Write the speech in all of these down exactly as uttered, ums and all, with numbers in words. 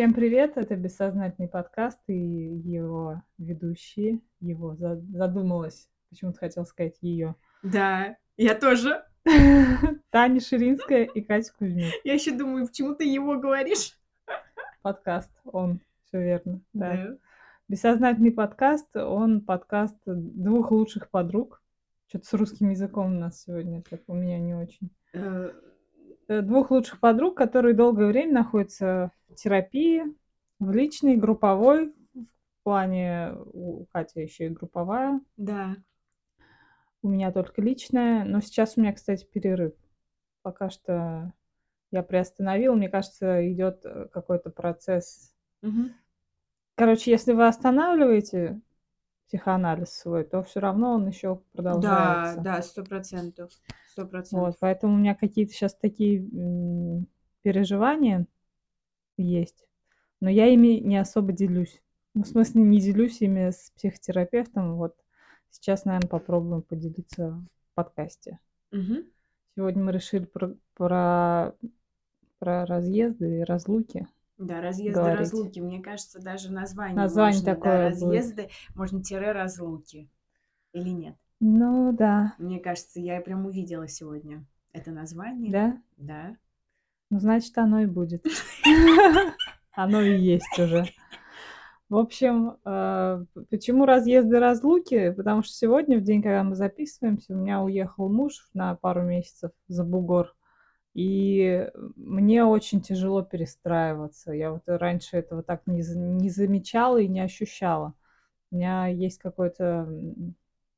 Всем привет! Это «Бессознательный подкаст» и его ведущие. Его за- задумалась, почему-то хотела сказать ее. Да, я тоже. Таня Ширинская и Катя Кузьмюк. Я еще думаю, почему ты его говоришь? Подкаст, он, все верно. Так. Да. «Бессознательный подкаст», он подкаст двух лучших подруг. Что-то с русским языком у нас сегодня, так у меня не очень. Э, Э, Двух лучших подруг, которые долгое время находятся в терапии, в личной, групповой. В плане у Кати еще и групповая. Да. У меня только личная, но сейчас у меня, кстати, перерыв. Пока что я приостановила. Мне кажется, идет э, какой-то процесс. Мгм. Короче, если вы останавливаете психоанализ свой, то все равно он еще Да, продолжается. да, сто процентов. Сто Вот, процентов. поэтому у меня какие-то сейчас такие м, переживания есть, но я ими не особо делюсь. Ну, в смысле, не делюсь ими с психотерапевтом. Вот сейчас, наверное, попробуем поделиться в подкасте. Мгм. Сегодня мы решили про, про, про разъезды и разлуки Да, разъезды, говорить. разлуки. Мне кажется, даже название Название можно, да, такое будет. разъезды, можно тире разлуки. Или нет? Ну да, Мне кажется, я прям увидела сегодня это название. да? Да. Ну, значит, оно и будет. Оно и есть уже. В общем, э, почему разъезды, разлуки? Потому что сегодня, в день, когда мы записываемся, у меня уехал муж на пару месяцев за бугор. И мне очень тяжело перестраиваться. Я вот раньше этого так не, за- не замечала и не ощущала. У меня есть какое-то м,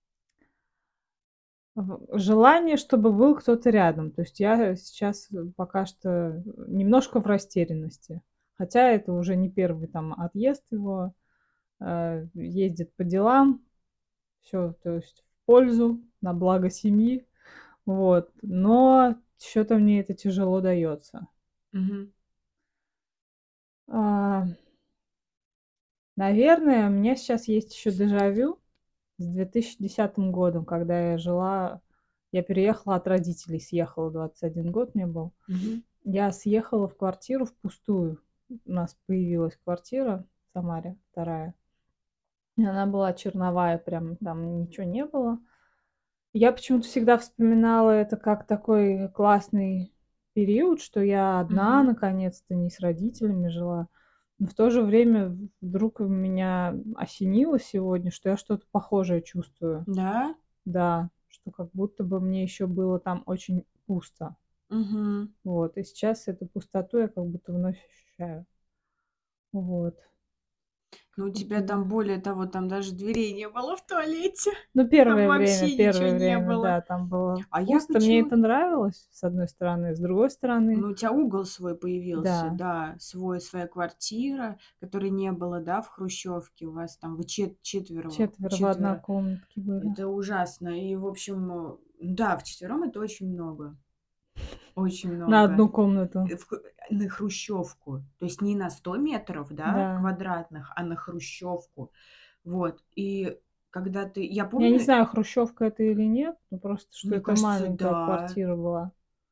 в- желание, чтобы был кто-то рядом. То есть я сейчас пока что немножко в растерянности. Хотя это уже не первый там отъезд его. э, Ездит по делам. Все, то есть в пользу, на благо семьи. Вот. Но что-то мне это тяжело дается. Мгм. А, Наверное, у меня сейчас есть еще дежавю с две тысячи десятым годом, когда я жила, я переехала от родителей, съехала, двадцать один год мне был. Мгм. Я съехала в квартиру в пустую. У нас появилась квартира в Самаре, вторая. И она была черновая, прям там ничего не было. Я почему-то всегда вспоминала это как такой классный период, что я одна, Мгм. наконец-то, не с родителями жила. Но в то же время вдруг меня осенило сегодня, что я что-то похожее чувствую. Да. Да, что как будто бы мне еще было там очень пусто. Мгм. Вот, и сейчас эту пустоту я как будто вновь ощущаю. Вот. Ну, у Как тебя у тебя? там, более того, там даже дверей не было в туалете. Ну, Там первое время, вообще ничего первое не время, было. да, там было А я пусто. Мне это почему-то... нравилось, с одной стороны. С другой стороны, Ну, у тебя угол свой появился, да, да, свой, своя квартира, которой не было, да, в хрущевке. У вас там вы чет- четверо, четверо в одной четверо. комнатке были. Это ужасно. И, в общем, э, да, вчетвером это очень много. Очень На много. одну комнату. Э, в хру- На хрущевку. То есть не на сто метров, да, Да. квадратных, а на хрущевку. Вот. И когда ты... Я Я не помню, знаю, хрущевка это или нет, но просто, что мне это кажется, маленькая да. квартира была.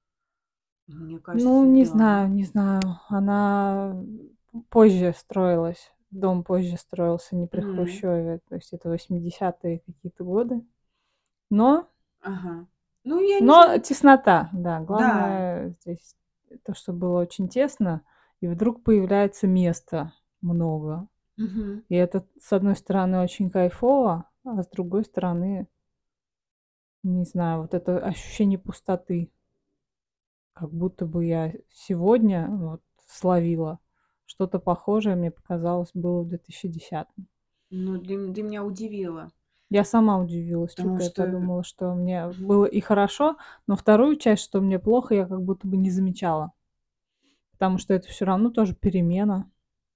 Мне Ну, кажется, не да. знаю, не знаю. Она позже строилась. Дом позже строился, не при М, Хрущеве. То есть это восьмидесятые какие-то годы. Но, Ага. Ну, я не но знаю. теснота, да. Да. Главное здесь то, что было очень тесно, и вдруг появляется место много. Мгм. И это, с одной стороны, очень кайфово, а с другой стороны, не знаю, вот это ощущение пустоты. Как будто бы я сегодня вот словила что-то похожее, мне показалось, было в две тысячи десятом. Ну, ты, м- ты меня удивила. Я сама удивилась, Потому что-то я что... подумала, что мне было и хорошо, но вторую часть, что мне плохо, я как будто бы не замечала. Потому что это все равно тоже перемена.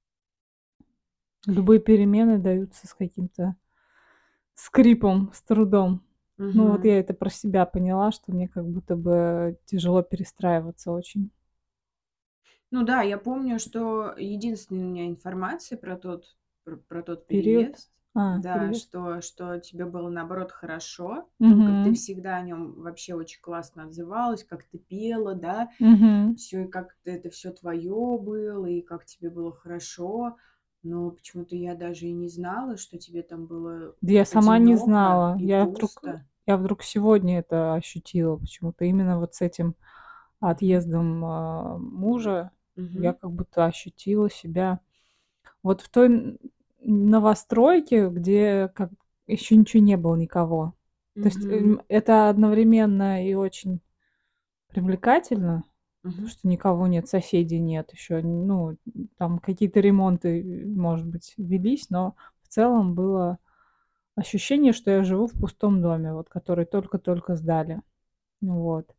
Любые перемены даются с каким-то скрипом, с трудом. Ну вот Мгм. я это про себя поняла, что мне как будто бы тяжело перестраиваться очень. Ну да, я помню, что единственная у меня информация про тот, про, про тот Период. переезд. А, Да, переезд. что что тебе было, наоборот, хорошо. Ну, как ты Мгм. всегда о нём вообще очень классно отзывалась, как ты пела, да, Мгм. всё, и как т это всё твоё было, и как тебе было хорошо. Но почему-то я даже и не знала, что тебе там было Да я сама не одиноко знала. и Я вдруг пусто. я вдруг сегодня это ощутила почему-то. Именно вот с этим Мгм. отъездом, а, мужа я Мгм. как будто ощутила себя вот в той н новостройке, где как ещё ничего не было, никого. То есть, Мгм. эм, это одновременно и очень привлекательно, то, Мгм. что никого нет, соседей нет ещё. Ну, там какие-то ремонты, может быть, велись, но в целом было ощущение, что я живу в пустом доме, вот который только-только сдали. Ну вот.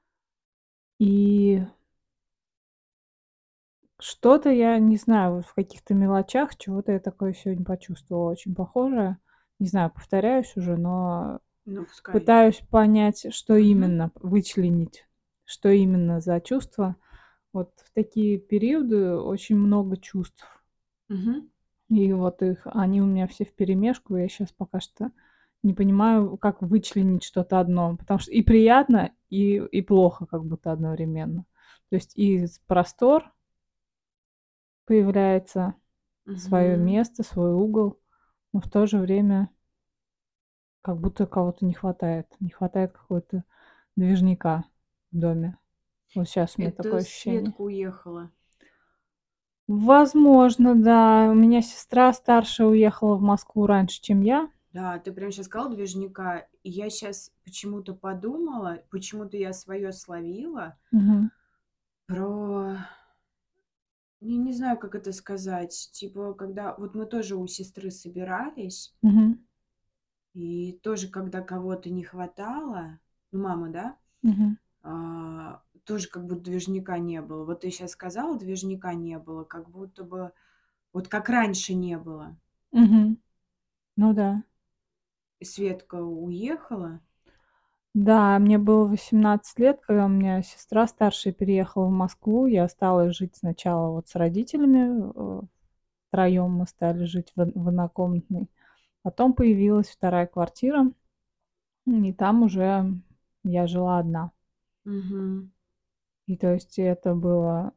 И что-то я не знаю, вот в каких-то мелочах чего-то я такое сегодня почувствовала, очень похожее. Не знаю, повторяюсь уже, но Ну, пускай. пытаюсь понять, что Мгм. именно, вычленить, что именно за чувство. Вот в такие периоды очень много чувств. Мгм. И вот их они у меня все вперемешку. Я щас пока что не понимаю, как вычленить что-то одно, потому что и приятно, и и плохо как будто одновременно. То есть и с простор появляется, своё Мгм. место, свой угол, но в то же время как будто кого-то не хватает. Не хватает какого-то движняка в доме. Вот щас у меня Это такое ощущение. Светка уехала. Возможно, да. У меня сестра старшая уехала в Москву раньше, чем я. Да, ты прям щас сказала движняка, и я щас почему-то подумала, почему-то я своё словила Мгм. про я не знаю, как это сказать. Типа, когда вот мы тоже у сестры собирались Мгм. и тоже, когда кого-то не хватало, ну, мамы, да, Мгм. а, тоже как будто движняка не было. Вот ты щас сказала, движняка не было, как будто бы вот как раньше не было. Мгм. Ну да. Светка уехала. Да, мне было восемнадцать лет, когда у меня сестра старшая переехала в Москву. Я осталась жить сначала вот с родителями, э, втроём мы стали жить в од в однокомнатной. Потом появилась вторая квартира, м, и там уже я жила одна. Мгм. И то есть это было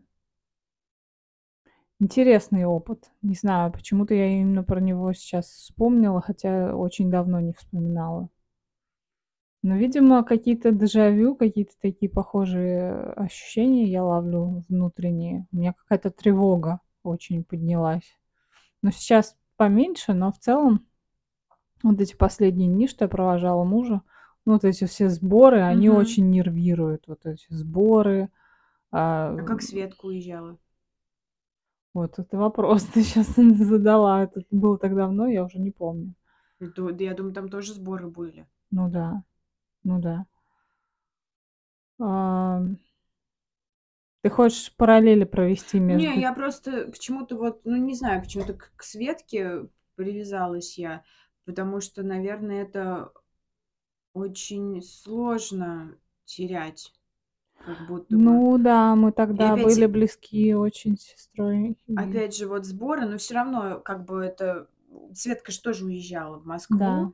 интересный опыт. Не знаю, почему-то я именно про него сейчас вспомнила, хотя очень давно не вспоминала. Но, видимо, какие-то дежавю, какие-то такие похожие ощущения я ловлю внутренние. У меня какая-то тревога очень поднялась. Но сейчас поменьше, но в целом вот эти последние дни, что я провожала мужа, ну, вот эти все сборы, они Мгм. очень нервируют. Вот эти сборы, а, А как м Светка уезжала? Вот это вопрос ты щас задала. Это было так давно, я уже не помню. Ду да я думаю, там тоже сборы были. Ну да, ну да. Ам. Ты хочешь параллели провести Не, между я просто почему-то вот, ну, не знаю, почему-то к к Светке привязалась я, потому что, наверное, это очень сложно терять, как будто бы. Ну да, мы И тогда опять были близки очень с сестрой и опять же, вот сборы, но всё равно, как бы это Светка ж тоже уезжала в Да. Москву.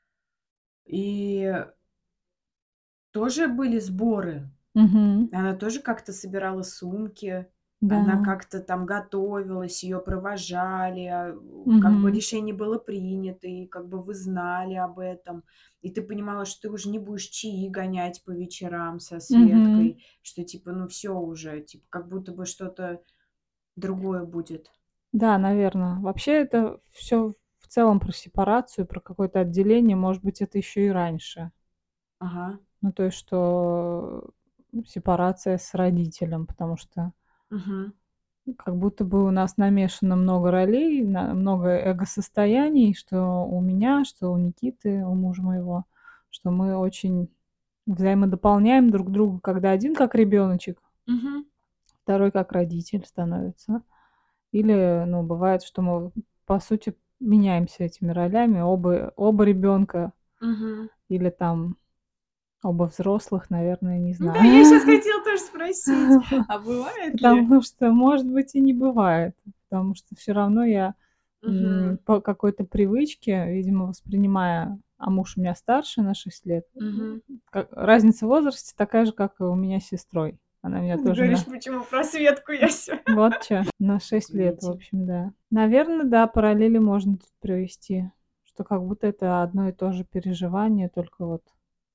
И тоже были сборы. Мгм. Она тоже как-то собирала сумки, она Да. как-то там готовилась, её провожали, а, как бы Мгм. решение было принято, и как бы вы знали об этом. И ты понимала, что ты уже не будешь чаи гонять по вечерам со Мгм. Светкой, что типа, ну, всё уже, типа, как будто бы что-то другое будет. Да, наверно. Вообще это всё в целом про сепарацию, про какое-то отделение. Может быть, это ещё и раньше. Ага. Ну, то есть, что, м, сепарация с родителем, потому что Мгм. как будто бы у нас намешано много ролей, на много эго-состояний, что у меня, что у Никиты, у мужа моего, что мы очень взаимодополняем друг друга, когда один как ребёночек Мгм. второй как родитель становится. Или, ну, бывает, что мы, по сути, меняемся этими ролями, оба оба ребёнка Мгм. или там оба взрослых, наверное, не Да, знаю. я щас хотела тоже спросить, а бывает ли? Потому что, может быть, и не бывает, потому что всё равно я м, Мгм. по какой-то привычке, видимо, воспринимая, а муж у меня старше на шесть лет, Мгм. как разница в возрасте такая же, как и у меня с сестрой. Она меня Ты тоже говоришь, на почему про Светку я всё вот чё, на шесть лет, в Извините. общем, да. Наверно, да, параллели можно тут провести, что как будто это одно и то же переживание, только вот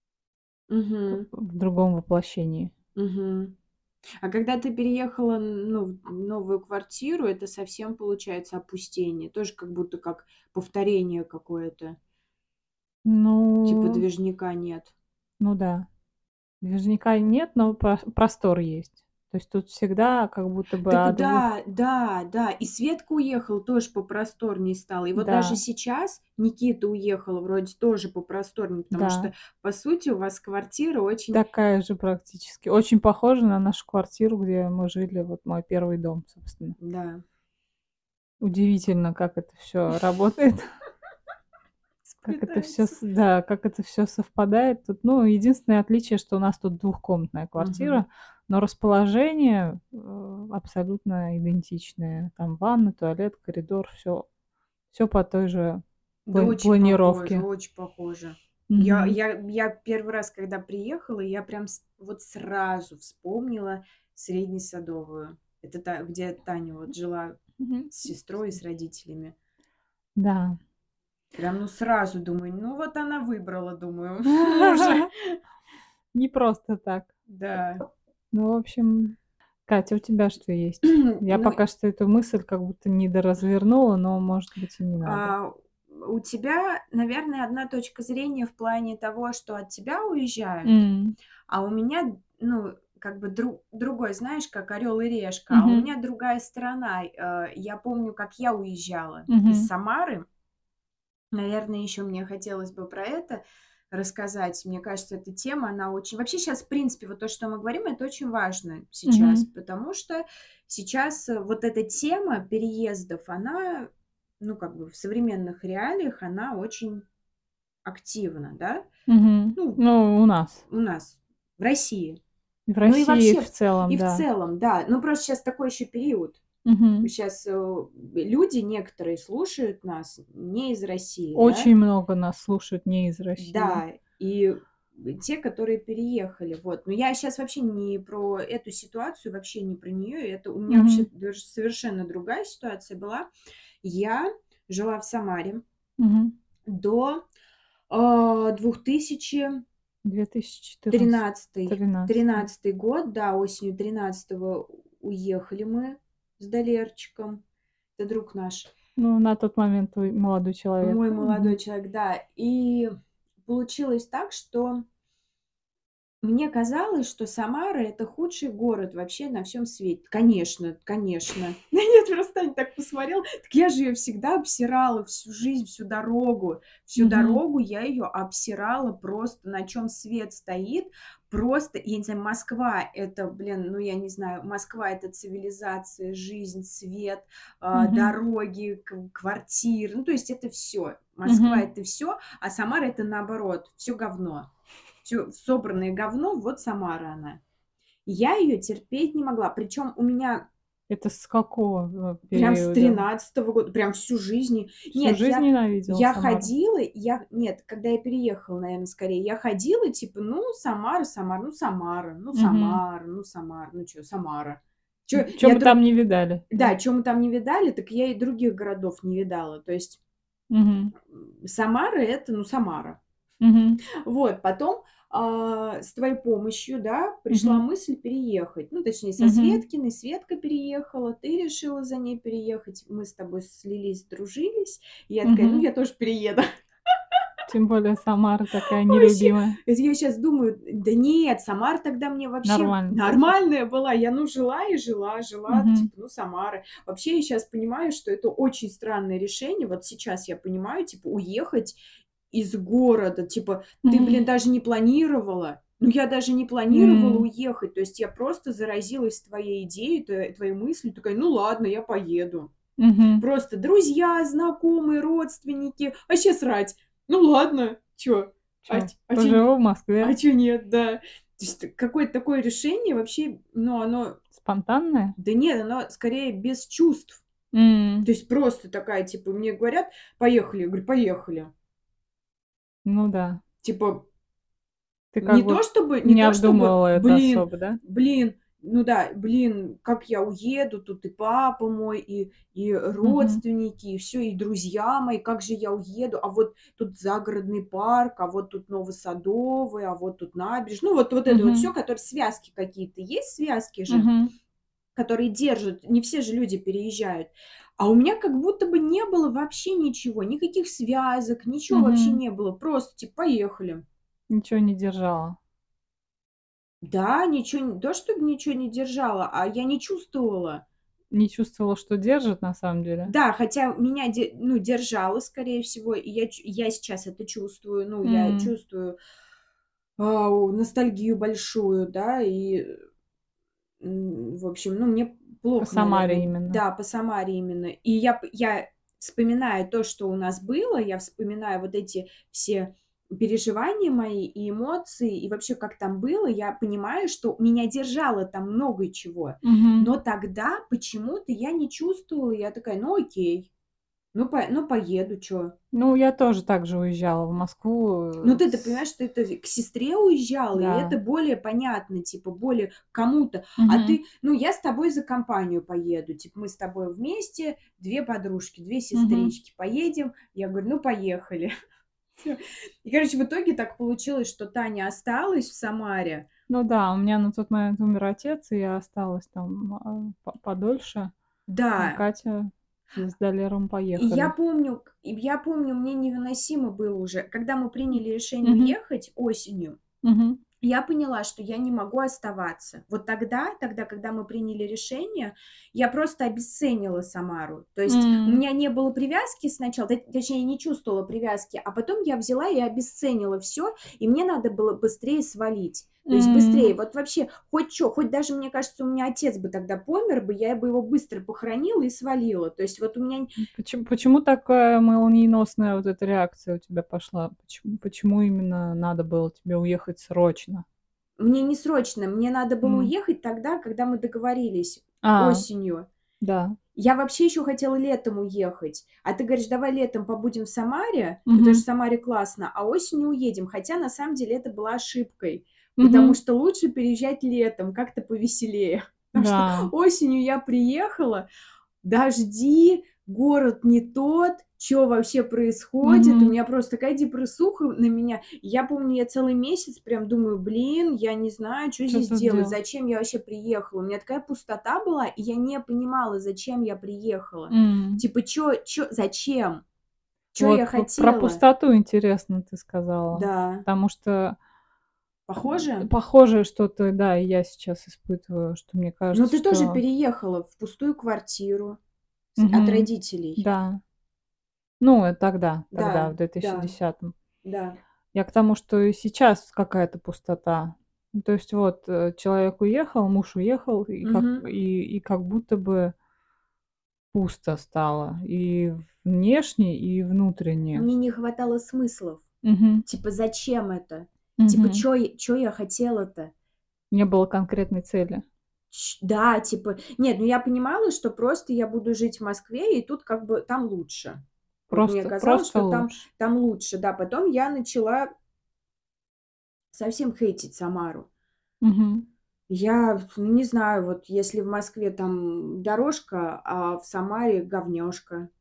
Мгм. в другом воплощении. Мгм. А когда ты переехала, н ну, в новую квартиру, это совсем получается опустение. Тоже как будто как повторение какое-то. Типа Ну движняка нет. ну да. Движняка нет, но про простор есть. То есть тут всегда как будто бы Так от вы да, да, да. И Светка уехала, тоже попросторнее стало. И вот даже Да. сейчас Никита уехал, вроде тоже попросторнее, потому Да. что, по сути, у вас квартира очень Такая же практически. Очень похожа на нашу квартиру, где мы жили, вот мой первый дом, собственно. Да. Удивительно, как это всё работает. Как это всё Сплетается. с да, как это всё совпадает тут. Ну, единственное отличие, что у нас тут двухкомнатная Мгм. квартира, но расположение, э, абсолютно идентичное. Там ванна, туалет, коридор, всё всё по той же Да, пла очень похоже, планировке. очень похоже. Я Мгм. я я первый раз, когда приехала, я прям с вот сразу вспомнила Среднесадовую. Это та, где Таня вот жила Мгм. с сестрой и с родителями. Да. Прям, ну, сразу думаю: "Ну, вот она выбрала, думаю, мужа". Не просто так. Да. Ну, в общем, Катя, у тебя что есть? Я Ну пока что эту мысль как будто недоразвернула, но, может быть, и не надо. А, у тебя, наверное, одна точка зрения в плане того, что от тебя уезжают, М. а у меня, ну, как бы дру другой, знаешь, как орёл и решка, а у Мгм. меня другая сторона. Э, я помню, как я уезжала из Мгм. Самары. Наверное, ещё мне хотелось бы про это рассказать. Мне кажется, эта тема, она очень вообще щас, в принципе, вот то, что мы говорим, это очень важно сейчас, Мгм. потому что сейчас вот эта тема переездов, она, ну, как бы в современных реалиях, она очень активна, да? Мгм. Ну, Ну, у нас. у нас, в России. В Ну и России в вообще, целом, и в да. целом, да. Ну, просто щас такой ещё период. Мгм. Щас, э, люди некоторые слушают нас не из России, да? Очень много нас слушают не из России. Да, и те, которые переехали, вот. Но я щас вообще не про эту ситуацию, вообще не про неё. Это у меня вообще Мгм. даже совершенно другая ситуация была. Я жила в Самаре Мгм. до, а, двух тысячи две тысячи четырнадцатый тринадцатый тринадцатый. тринадцатый год, да, осенью тринадцатого уехали мы с Далерчиком. Это друг наш. Ну, на тот момент твой молодой человек. Мой молодой Мгм. человек, да. И получилось так, что мне казалось, что Самара- это худший город вообще на всём свете. Конечно, конечно. Да нет, просто Таня так посмотрела. Так я же её всегда обсирала всю жизнь, всю дорогу. Всю Мгм. дорогу я её обсирала просто, на чём свет стоит. Просто, я не знаю, Москва- это, блин, ну, я не знаю, Москва- это цивилизация, жизнь, свет, а, Мгм. дороги, кв квартиры. Ну, то есть это всё. Москва- Мгм. это всё, а Самара- это наоборот, всё говно. Всё собранное говно, вот Самара она. Я её терпеть не могла. Причём у меня Это с какого, э, прям с периода? тринадцатого года, прям всю жизнь. Всю Нет, жизнь я ненавидела я Самару? ходила, я нет, когда я переехала, наверно, скорее, я ходила, типа, ну, Самара, Самара, ну, Самара, ну, Мгм. Самара, ну, Самара, ну, чё, Самара. Чё М, чё я мы дру там не видали, да, да? чё мы там не видали, так я и других городов не видала. То есть Мгм. м, Самара- это, ну, Самара. Мгм. Вот, потом, а, с твоей помощью, да, пришла Мгм. мысль переехать. Ну, точнее, со Мгм. Светкиной. Светка переехала, ты решила за ней переехать. Мы с тобой слились, сдружились. И я такая: "Ну, Мгм. я тоже перееду". Тем более Самара такая Вообще, нелюбимая. вот я щас думаю: да нет, Самара тогда мне вообще Нормально тоже. нормальная была. Я, ну, жила и жила, жила, Мгм. типа, ну, Самара. Вообще, я щас понимаю, что это очень странное решение. Вот сейчас я понимаю, типа, уехать из города. Типа, ты, блин, М. даже не планировала. Ну, я даже не планировала М. уехать. То есть я просто заразилась твоей идеей, тво твоей мыслью. Такая: "Ну ладно, я поеду". Мгм. Просто друзья, знакомые, родственники. Вообще срать. Ну ладно, чё? А Чё, ч а чё не поживу в Москве? а чё нет, да. То есть какое-то такое решение вообще, ну, оно Спонтанное? да нет, оно скорее без чувств. М. То есть просто такая, типа, мне говорят: "Поехали". Я говорю: "Поехали". Ну да. Типа Ты не как то бы чтобы не не то чтобы: обдумывала это "Блин, особо, да? блин, ну да, блин, как я уеду, тут и папа мой, и и Мгм. родственники, и всё, и друзья мои, как же я уеду, а вот тут загородный парк, а вот тут Новосадовый, а вот тут набережная". Ну, вот вот это вот Мгм. всё, которые связки какие-то есть, связки же, Мгм. которые держат. Не все же люди переезжают. А у меня как будто бы не было вообще ничего, никаких связок, ничего вообще Мгм. не было. Просто типа: "Поехали". Ничего не держало. Да, ничего не то чтобы ничего не держало, а я не чувствовала. Не чувствовала, что держит на самом деле? Да, хотя меня де ну, держало, скорее всего, и я чу я сейчас это чувствую. Ну, я М. чувствую, а, у ностальгию большую, да, и, м, в общем, ну, мне По плохо, Самаре наверное. именно. Да, по Самаре именно. И я п я вспоминаю то, что у нас было, я вспоминаю вот эти все переживания мои и эмоции, и вообще, как там было, я понимаю, что меня держало там много чего. Мгм. Но тогда почему-то я не чувствовала. Я такая: "Ну, окей, ну, по ну, поеду, чё". Ну, я тоже так же уезжала в Москву, Ну, э, ты-то понимаешь, с что это к сестре уезжала, и это Да. более понятно, типа, более кому-то. А Мгм. ты: "Ну, я с тобой за компанию поеду". Типа, мы с тобой вместе, две подружки, две Мгм. сестрички, поедем. Я говорю: "Ну, поехали". Всё. И, короче, в итоге так получилось, что Таня осталась в Самаре. Ну да, у меня на тот момент умер отец, и я осталась там, а, по подольше, а Да. Катя с Далером И я поехали. помню к и я помню, мне невыносимо было уже, когда мы М. приняли решение Мгм. уехать осенью, Мгм. я поняла, что я не могу оставаться. Вот тогда, тогда, когда мы приняли решение, я просто обесценила Самару. То есть у М. меня не было привязки сначала, т точнее, не чувствовала привязки, а потом я взяла и обесценила всё, и мне надо было быстрее свалить. То есть быстрее. М. Вот вообще хоть чё, хоть даже, мне кажется, у меня отец бы тогда помер бы, я бы его быстро похоронила и свалила. То есть вот у меня н М, почем почему такая молниеносная вот эта реакция у тебя пошла? Почему почему именно надо было тебе уехать срочно? Мне не срочно, мне надо было М. уехать тогда, когда мы договорились А, осенью. да. Я вообще ещё хотела летом уехать, а ты говоришь: "Давай летом побудем в Самаре, потому что Мгм. в Самаре классно, а осенью уедем". Хотя на самом деле это была ошибкой, потому Мгм. что лучше переезжать летом, как-то повеселее. Потому что Да. осенью я приехала, дожди, город не тот, чё вообще происходит? У Мгм. меня просто такая депрессуха на меня. Я помню, я целый месяц прям думаю: "Блин, я не знаю, чё Чё здесь тут делать, делать? зачем я вообще приехала". У меня такая пустота была, и я не понимала, зачем я приехала. М. Типа, чё чё зачем? Чё я Вот п про хотела? пустоту интересно ты сказала, Да. потому что м, Похоже? похожее что-то, да, и я сейчас испытываю, что мне Но кажется, ты тоже что переехала в пустую квартиру с от Мгм. родителей. Да. Ну, это тогда, тогда, Да, в две тысячи да, десятом. да. Я к тому, что и сейчас какая-то пустота. Ну, то есть вот, э, человек уехал, муж уехал, и как Мгм. и и как будто бы пусто стало и внешне, и внутренне. Мне не хватало смыслов. Мгм. Типа, зачем это? Типа, Мгм. чё я чё я хотела-то? Не было конкретной цели. Ч да, типа, нет, ну, я понимала, что просто я буду жить в Москве, и тут как бы там лучше. Вот мне Просто казалось, просто что там лучше. там лучше. Да, потом я начала совсем хейтить Самару. Мгм. Я ф не знаю, вот если в Москве там дорожка, а в Самаре говнёжка.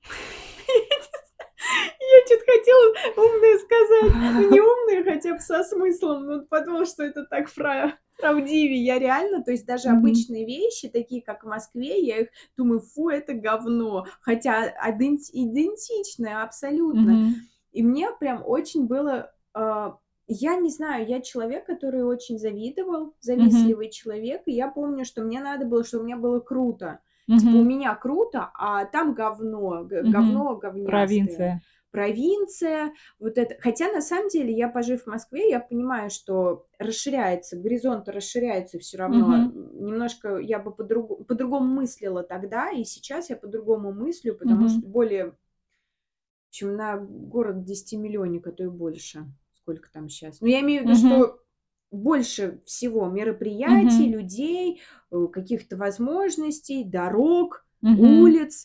Я чё-то хотела умное сказать, ну, не умное, хотя бы со смыслом, но подумала, что это так пра правдивее. Я реально, то есть даже Мгм. обычные вещи, такие как в Москве, я их думаю: "Фу, это говно". Хотя адент идентичное абсолютно. Мгм. И мне прям очень было, а, я не знаю, я человек, который очень завидовал, Мгм. завистливый человек. И я помню, что мне надо было, чтобы мне было круто. Типа, у Мгм. меня круто, а там говно, г Мгм. говно говнястое. Провинция. Провинция, вот это. Хотя на самом деле я, пожив в Москве, я понимаю, что расширяется, горизонты расширяются всё равно. Мгм. М, немножко я бы по-друг по-другому мыслила тогда, и сейчас я по-другому мыслю, потому Мгм. что более чем на город десятимиллионник, а то и больше. Сколько там щас? Ну, я имею в виду, Мгм. что больше всего мероприятий, Мгм. людей, э, каких-то возможностей, дорог, Мгм. улиц.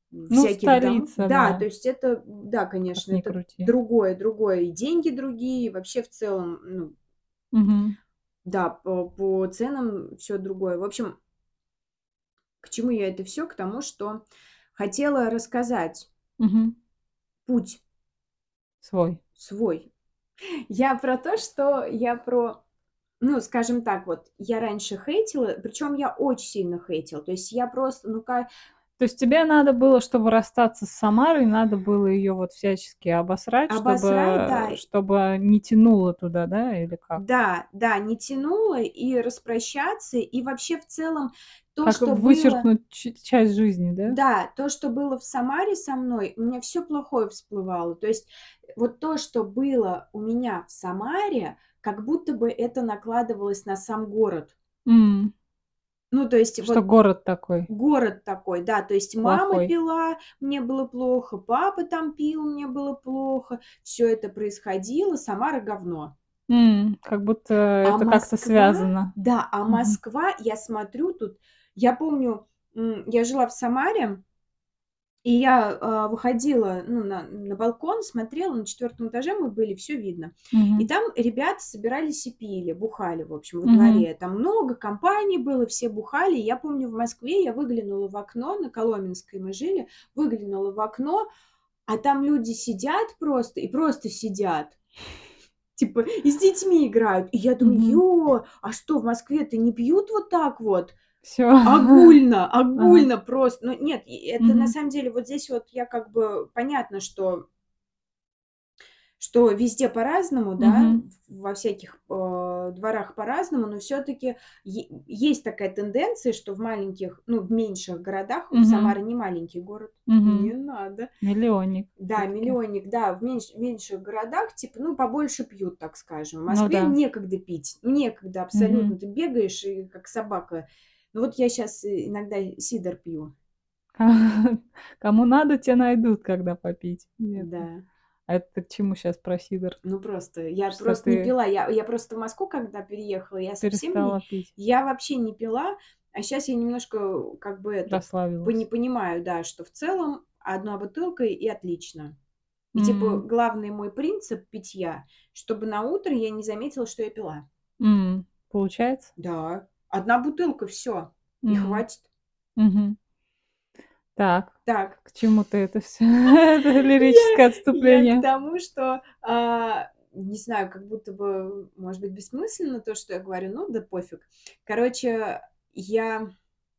Ну, всяких дом. столица, Да, то да, есть это, да, как конечно, ни это крути. другое, другое, и деньги другие, и вообще в целом, ну Мгм. да, по по ценам все другое. В общем, к чему я это все? К тому, что хотела рассказать Мгм. путь Свой. свой. Я про то, что я про ну, скажем так, вот я раньше хейтила, причем я очень сильно хейтила. То есть я просто, ну, ка То есть тебе надо было, чтобы расстаться с Самарой, надо было ее вот всячески обосрать, обосрать, да, чтобы чтобы не тянуло туда, да, или как? да, да, не тянуло, и распрощаться, и вообще в целом то, Как что было вычеркнуть ч часть жизни, да? да, то, что было в Самаре со мной, у меня все плохое всплывало. То есть вот то, что было у меня в Самаре, как будто бы это накладывалось на сам город. М. Ну, то есть Что вот город такой город такой, да, то есть мама плохой. пила, мне было плохо, папа там пил, мне было плохо. Все это происходило, Самара говно. М. Как будто А это как-то Москва, связано. да, а Мгм. Москва, я смотрю тут, я помню, м, я жила в Самаре, и я, а, выходила, ну, на на балкон, смотрела, на четвертом этаже мы были, все видно. И Мгм. там ребята собирались и пили, бухали, в общем, во Мгм. дворе. Там много компаний было, все бухали. Я помню, в Москве я выглянула в окно, на Коломенской мы жили, выглянула в окно, а там люди сидят просто, и просто сидят. Типа и с детьми играют. И я думаю: Мгм. "Ё, а что, в Москве-то не пьют вот так вот?" Всё. Огульно, Ага. огульно просто. Ну нет, и это на Мгм. самом деле вот здесь вот я как бы понятно, что что везде по-разному, да, Мгм. во всяких, э, дворах по-разному, но все таки есть такая тенденция, что в маленьких, ну, в меньших городах, Мгм. Самара не маленький город, не Мгм. надо. Миллионник Да, всё-таки. миллионник, да, в меньш меньших городах, типа, ну, побольше пьют, так скажем. В Ну Москве да. некогда пить, некогда Мгм. абсолютно. Ты бегаешь и как собака. Ну, вот я сейчас иногда сидр пью. Кому надо, те найдут, когда попить. Нет. Да. А это ты к чему щас про сидр? Ну, просто я Что просто не ты пила. Я я просто в Москву, когда переехала, я совсем перестала не пить, я вообще не пила, а сейчас я немножко, как бы, это, пони расслабилась? понимаю, да, что в целом одна бутылка и отлично. И, типа, М. главный мой принцип питья, чтобы на утро я не заметила, что я пила. М. Получается? Да, одна бутылка, все и М. хватит. Мгм. Так, Так, к чему ты это всё? Это я лирическое я к отступление. тому, что, а, не знаю, как будто бы, может быть, бессмысленно то, что я говорю, ну да пофиг. Короче, я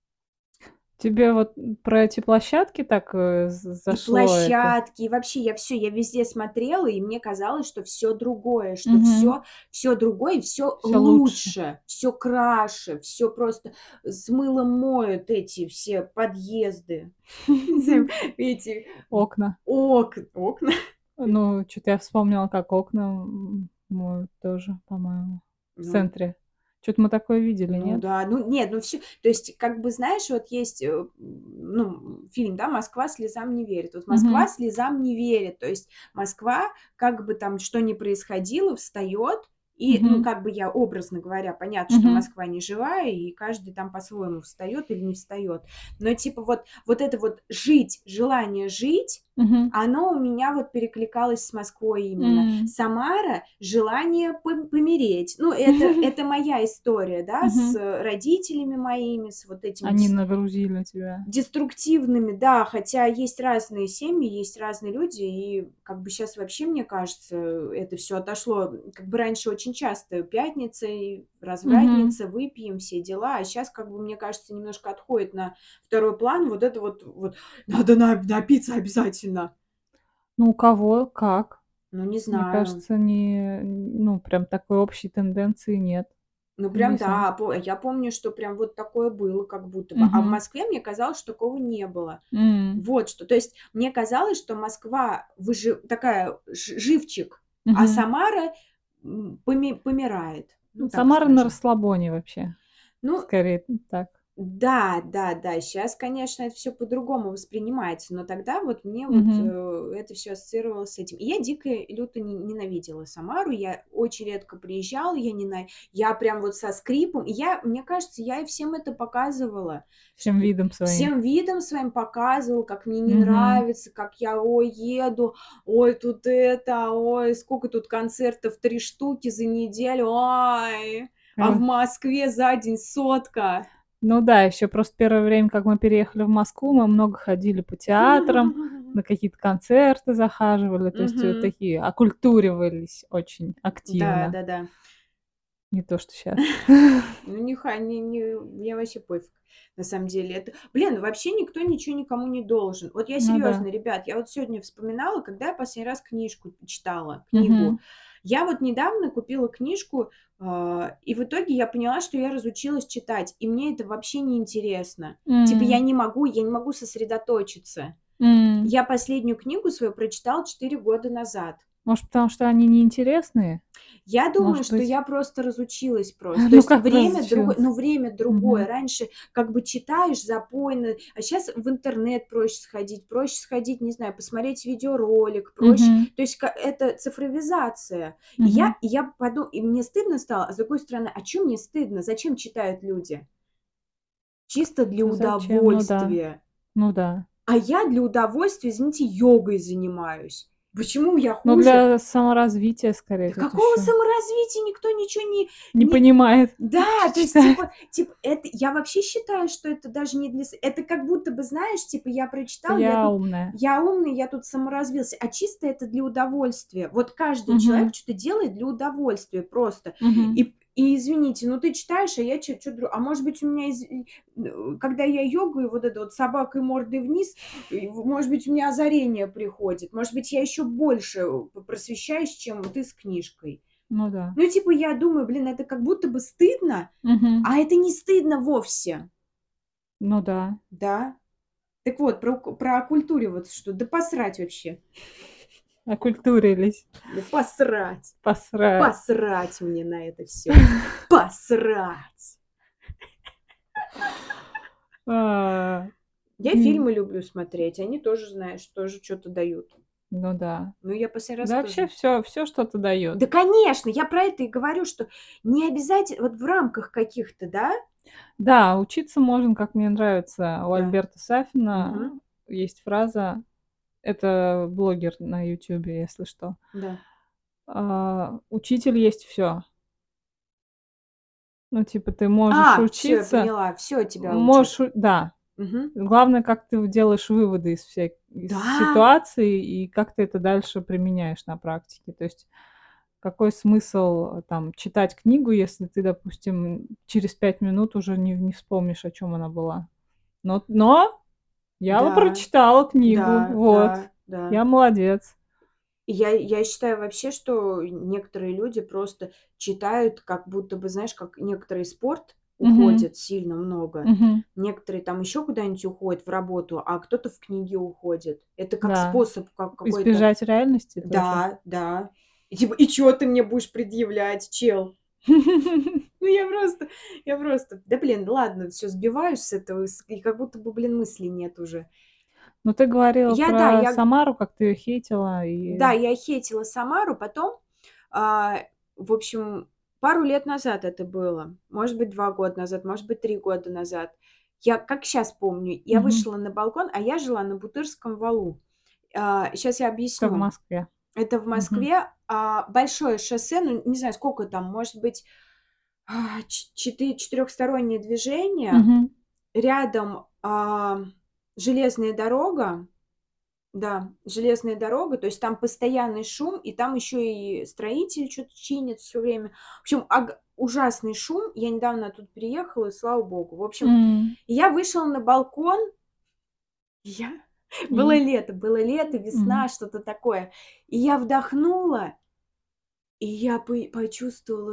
Тебе вот, про эти площадки так, э, з и зашло это? площадки, и вообще я все, я везде смотрела, и мне казалось, что все другое, что Мгм. все, все другое, все Всё лучше. лучше, все краше, все просто с мылом моют эти все подъезды, не знаю, эти Окна. ок окна. Ну, чё-то я вспомнила, как окна, м, моют тоже, по-моему, в Ну центре. Чё-то мы такое видели, ну нет? да, ну нет, ну все, то есть, как бы, знаешь, вот есть, э, ну, фильм, да, "Москва слезам не верит". Вот Москва Мгм. слезам не верит. То есть Москва, как бы там что ни происходило, встает и, ну, Мгм. как бы я образно говоря, понятно, что Мгм. Москва не живая, и каждый там по-своему встает или не встает. Но типа вот вот это вот жить, желание жить, Мгм. оно у меня вот перекликалось с Москвой именно. М. Самара — желание пом помереть. Ну, это это моя история, да, с Мгм. э, родителями моими, с вот этими Они дес нагрузили тебя. деструктивными, да. Хотя есть разные семьи, есть разные люди, и как бы сейчас вообще, мне кажется, это все отошло. Как бы раньше очень часто пятница и Мгм. развратница, выпьем, все дела, а сейчас, как бы, мне кажется, немножко отходит на второй план вот это вот вот: "Надо на напиться обязательно". Ну, у кого как. Ну, не Мне знаю. кажется, не ну, прям такой общей тенденции нет. Ну, прям Объясни. да, по я помню, что прям вот такое было как будто бы. А в Мгм. Москве мне казалось, что такого не было. М. Вот что. То есть мне казалось, что Москва выжи такая ж живчик, а Мгм. Самара, м, поми помирает. Ну, Ну, так Самара на скажем. расслабоне вообще. Ну Скорее, так. Да, да, да, сейчас, конечно, это все по-другому воспринимается, но тогда вот мне вот, Мгм. э, это все ассоциировалось с этим. И я дико люто не ненавидела Самару, я очень редко приезжала, я нена я прям вот со скрипом. И я, мне кажется, я и всем это показывала, Всем что видом своим. всем видом своим показывала, как мне не Мгм. нравится, как я: "Ой, еду, ой, тут это, ой, сколько тут концертов, три штуки за неделю, ай, а в Э, Москве за день сотка". ну да, еще просто первое время, как мы переехали в Москву, мы много ходили по театрам, на какие-то концерты захаживали, то есть вот Мгм. такие окультуривались очень Да, активно, да-да. не то что сейчас. Ну, не ха не не мне вообще пофиг, на самом деле. Это, блин, вообще никто ничего никому не должен. Вот я Ну серьезно, да. ребят, я вот сегодня вспоминала, когда я последний раз книжку читала, книгу. Мгм. Я вот недавно купила книжку, а, и в итоге я поняла, что я разучилась читать, и мне это вообще не интересно. Типа я М. не могу я не могу сосредоточиться. М. Я последнюю книгу свою прочитала четыре года назад. Может, потому что они неинтересные? Я думаю, Может что быть. я просто разучилась просто. То Ну, есть как время другое, разучилась? ну, время другое. Мгм. Раньше как бы читаешь запойно, а сейчас в интернет проще сходить, проще сходить, не знаю, посмотреть видеоролик, проще. Мгм. То есть ка это цифровизация. И Мгм. я и я поду и мне стыдно стало, а с другой стороны, а чё мне стыдно? Зачем читают люди? Чисто для Ну зачем? Ну да. удовольствия. Ну да. А я для удовольствия, извините, йогой занимаюсь. Почему я Ну, хуже? для саморазвития скорее Да тут какого еще. саморазвития? Никто ничего не Не не понимает, Да, что то есть, читает. типа типа, это я вообще считаю, что это даже не для с это как будто бы, знаешь, типа, я прочитала, я Я тут умная. я умный, я тут саморазвился, а чисто это для удовольствия. Вот каждый Мгм. человек что-то делает для удовольствия просто. Мгм. И и извините, ну ты читаешь, а я чё чё дру а может быть, у меня из и э, когда я йогаю, вот это вот собакой мордой вниз, и, в может быть, у меня озарение приходит, может быть, я еще больше, э, п просвещаюсь, чем ты с книжкой. Ну да. Ну, типа, я думаю, блин, это как будто бы стыдно, Мгм. а это не стыдно вовсе, Ну да. да. Так вот, про ук про окультуриваться что. Да посрать вообще. Окультурились. Да посрать. Посрать. Посрать мне на это всё. Посрать. А, Я м, фильмы люблю смотреть, они тоже, знаешь, тоже чё-то дают. ну да. Ну, я последний раз Да вообще тоже. всё всё что-то даёт. Да, конечно, я про это и говорю, что не обязательно вот в рамках каких-то, да? Да, учиться можно, как мне нравится. У Да. Альберта Сафина Мгм. есть фраза, это блогер на "Ютубе", если что. Да. А, учитель есть всё. Ну, типа, ты можешь А, всё, я учиться, поняла, всё тебя учат. можешь у да. Мгм. Главное, как ты делаешь выводы из всей из Да. ситуации и как ты это дальше применяешь на практике. То есть какой смысл, э, там читать книгу, если ты, допустим, через пять минут уже не не вспомнишь, о чём она была. Но но я вот Да, прочитала книгу, да, вот, да, да. я молодец. И я я считаю вообще, что некоторые люди просто читают, как будто бы, знаешь, как некоторые спорт Мгм, уходят сильно много, мгм. некоторые там еще куда-нибудь уходят в работу, а кто-то в книги уходит. Это как Да, способ, как какой-то. избежать реальности тоже. Да, да. И типа: "И чё ты мне будешь предъявлять, чел?" Ну, я просто я просто да, блин, ладно, всё, сбиваюсь с этого, с и как будто бы, блин, мыслей нет уже. Ну, ты говорила Я, да, про я Самару, как ты её хейтила, Да, и я хейтила Самару, потом, а, в общем, пару лет назад это было, может быть, два года назад, может быть, три года назад. Я как щас помню, я Мгм. вышла на балкон, а я жила на Бутырском валу. А, щас я Это в объясню. Москве. Это в Мгм. Москве, а, большое шоссе, ну, не знаю, сколько там, может быть, а, ч четы четырехстороннее движение, Мгм. рядом, а, железная дорога. Да, железная дорога, то есть там постоянный шум, и там еще и строители чё-то чинят все время. В общем, аг ужасный шум. Я недавно тут переехала, и слава богу. В общем, М. я вышла на балкон, я было И? лето, было лето, Мгм. весна, что-то такое. И я вдохнула, и я пой почувствовала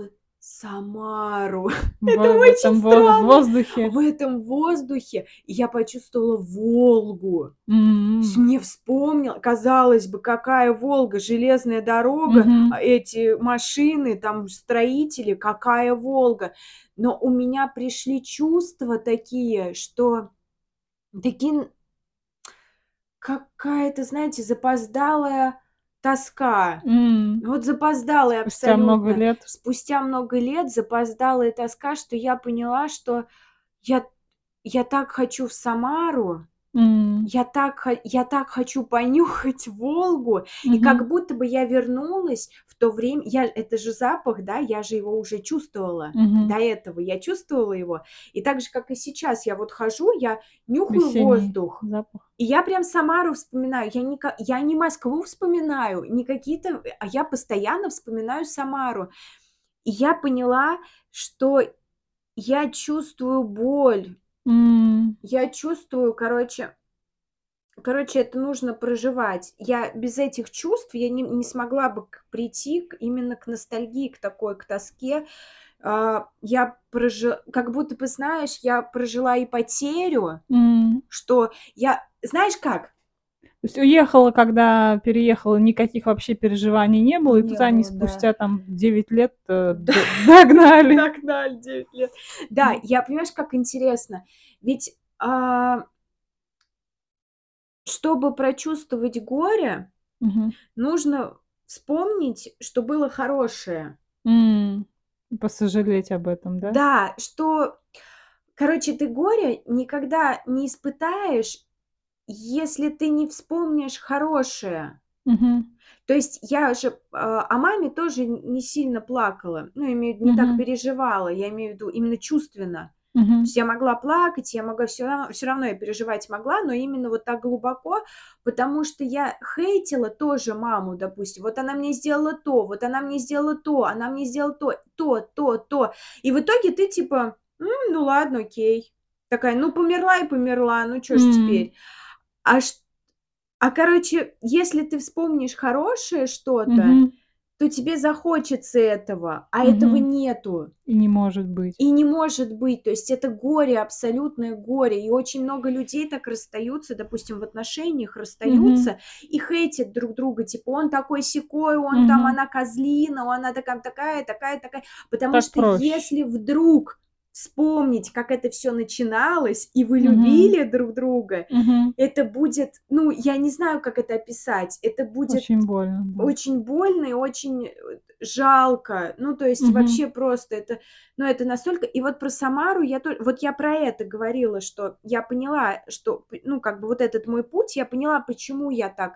Самару. В Это в очень этом во в странно. воздухе. В этом воздухе. И я почувствовала Волгу. То есть М. мне вспомнил казалось бы, какая Волга? Железная дорога, а, Мгм. эти машины, там строители, какая Волга? Но у меня пришли чувства такие, что такие н какая-то, знаете, запоздалая тоска. М. Вот запоздалая Спустя много абсолютно. лет. Спустя много лет запоздалая тоска, что я поняла, что я я так хочу в Самару, М. я так ха я так хочу понюхать Волгу, и Мгм. как будто бы я вернулась в то время. Я это же запах, да, я же его уже чувствовала. До Мгм. этого я чувствовала его. И так же, как и сейчас, я вот хожу, я нюхаю Весенний воздух, запах. и я прям Самару вспоминаю. Я не ка я не Москву вспоминаю, не какие-то, а я постоянно вспоминаю Самару. И я поняла, что я чувствую боль. М. Я чувствую, короче короче, это нужно проживать. Я без этих чувств я не не смогла бы к прийти к именно к ностальгии, к такой, к тоске. А, я прожи как будто бы, знаешь, я прожила и потерю, М. что я знаешь как? То есть уехала, когда переехала, никаких вообще переживаний не было, и тут Не они было, да. спустя там девять лет, э, Да, д догнали. догнали девять лет. Да, М. я понимаешь, как интересно? Ведь, а чтобы прочувствовать горе, Мгм. нужно вспомнить, что было хорошее. М. Посожалеть об этом, да? Да, что, короче, ты горе никогда не испытаешь, если ты не вспомнишь хорошее. Мгм. То есть я же, а, о маме тоже н не сильно плакала, ну, я имею в виду, не так Мгм. переживала, я имею в виду именно чувственно. То Мгм. есть я могла плакать, я могла всё равно всё равно я переживать могла, но именно вот так глубоко, потому что я хейтила тоже маму, допустим. Вот она мне сделала то, вот она мне сделала то, она мне сделала то, то, то, то. И в итоге ты типа: "М, ну ладно, окей". Такая: "Ну, померла и померла, ну чё ж М. теперь?" А ш а, короче, если ты вспомнишь хорошее что-то, Мгм. то тебе захочется этого, а этого Мгм. нету. И не может быть. И не может быть. То есть это горе, абсолютное горе. И очень много людей так расстаются, допустим, в отношениях Мгм. расстаются и хейтят друг друга. Типа: "Он такой-сякой, он там, Мгм. она козлина, она така такая, такая, такая". Потому Так что проще. если вдруг вспомнить, как это всё начиналось, и вы Мгм. любили друг друга, Мгм. это будет, ну, я не знаю, как это описать. Это будет Очень больно, да. очень больно и очень, э, жалко. Ну, то есть Мгм. вообще просто это, ну, это настолько. И вот про Самару я то вот я про это говорила, что я поняла, что, п ну, как бы вот этот мой путь, я поняла, почему я так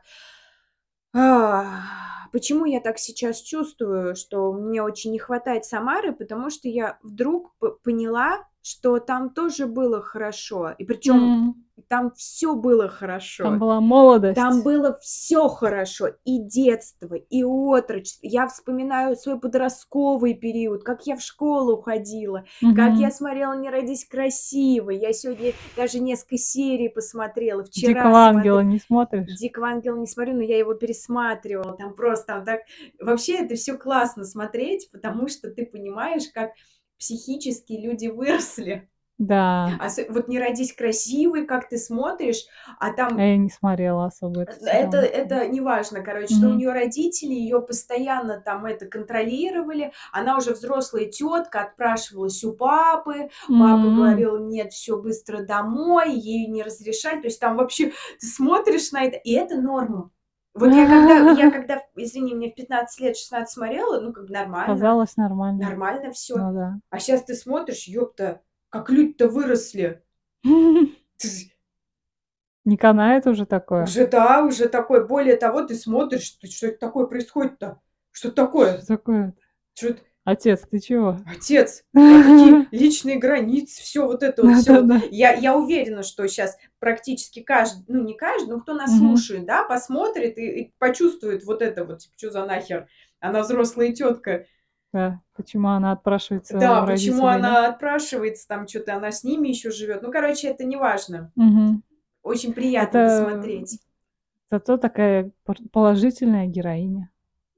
почему я так сейчас чувствую, что мне очень не хватает Самары, потому что я вдруг п поняла, что там тоже было хорошо. И причём М. там всё было Там хорошо. была Там молодость. было всё хорошо: и детство, и отрочество. Я вспоминаю свой подростковый период, как я в школу ходила, как я Мгм. смотрела "Не родись красивой". Я сегодня даже несколько серий посмотрела, вчера "Дикого ангела" смотре не смотришь? "Дикого ангела" не смотрю, но я его пересматривала. Там просто там так вообще это всё классно смотреть, потому что ты понимаешь, как психически люди выросли. Да. Осо вот "Не родись красивой", как ты смотришь, а А там я не смотрела особо Э, этот это сериал. это неважно, короче, что у Мгм. неё родители её постоянно там это контролировали. Она уже взрослая тётка, отпрашивалась у папы. Папа М. говорил: "Нет, всё, быстро домой". Ей не разрешали. То есть там вообще ты смотришь на это, и это норма. Вот я когда я когда, извини, мне в пятнадцать лет, шестнадцать смотрела, ну, как бы нормально, Казалось нормально. нормально всё. Ну да. А щас ты смотришь: "Ёпта, как люди-то выросли". Тз Не канает уже такое? Уже да, уже такое. Более того, ты смотришь, ты что это такое происходит-то? Что Что такое? такое-то? Чё эт Отец, ты чего? Отец, а какие личные границы, всё вот это вот, всё вот. Да-да-да. Я я уверена, что щас практически кажд ну, не каждый, но кто нас Мгм. слушает, да, посмотрит и и почувствует вот это вот, типа: "Чё за нахер? Она взрослая тётка". Да, почему она отпрашивается Да, у почему родителей, да? она отпрашивается, там чё-то она с ними ещё живёт. Ну, короче, это неважно. Мгм. Очень приятно Это посмотреть. зато такая пор положительная героиня.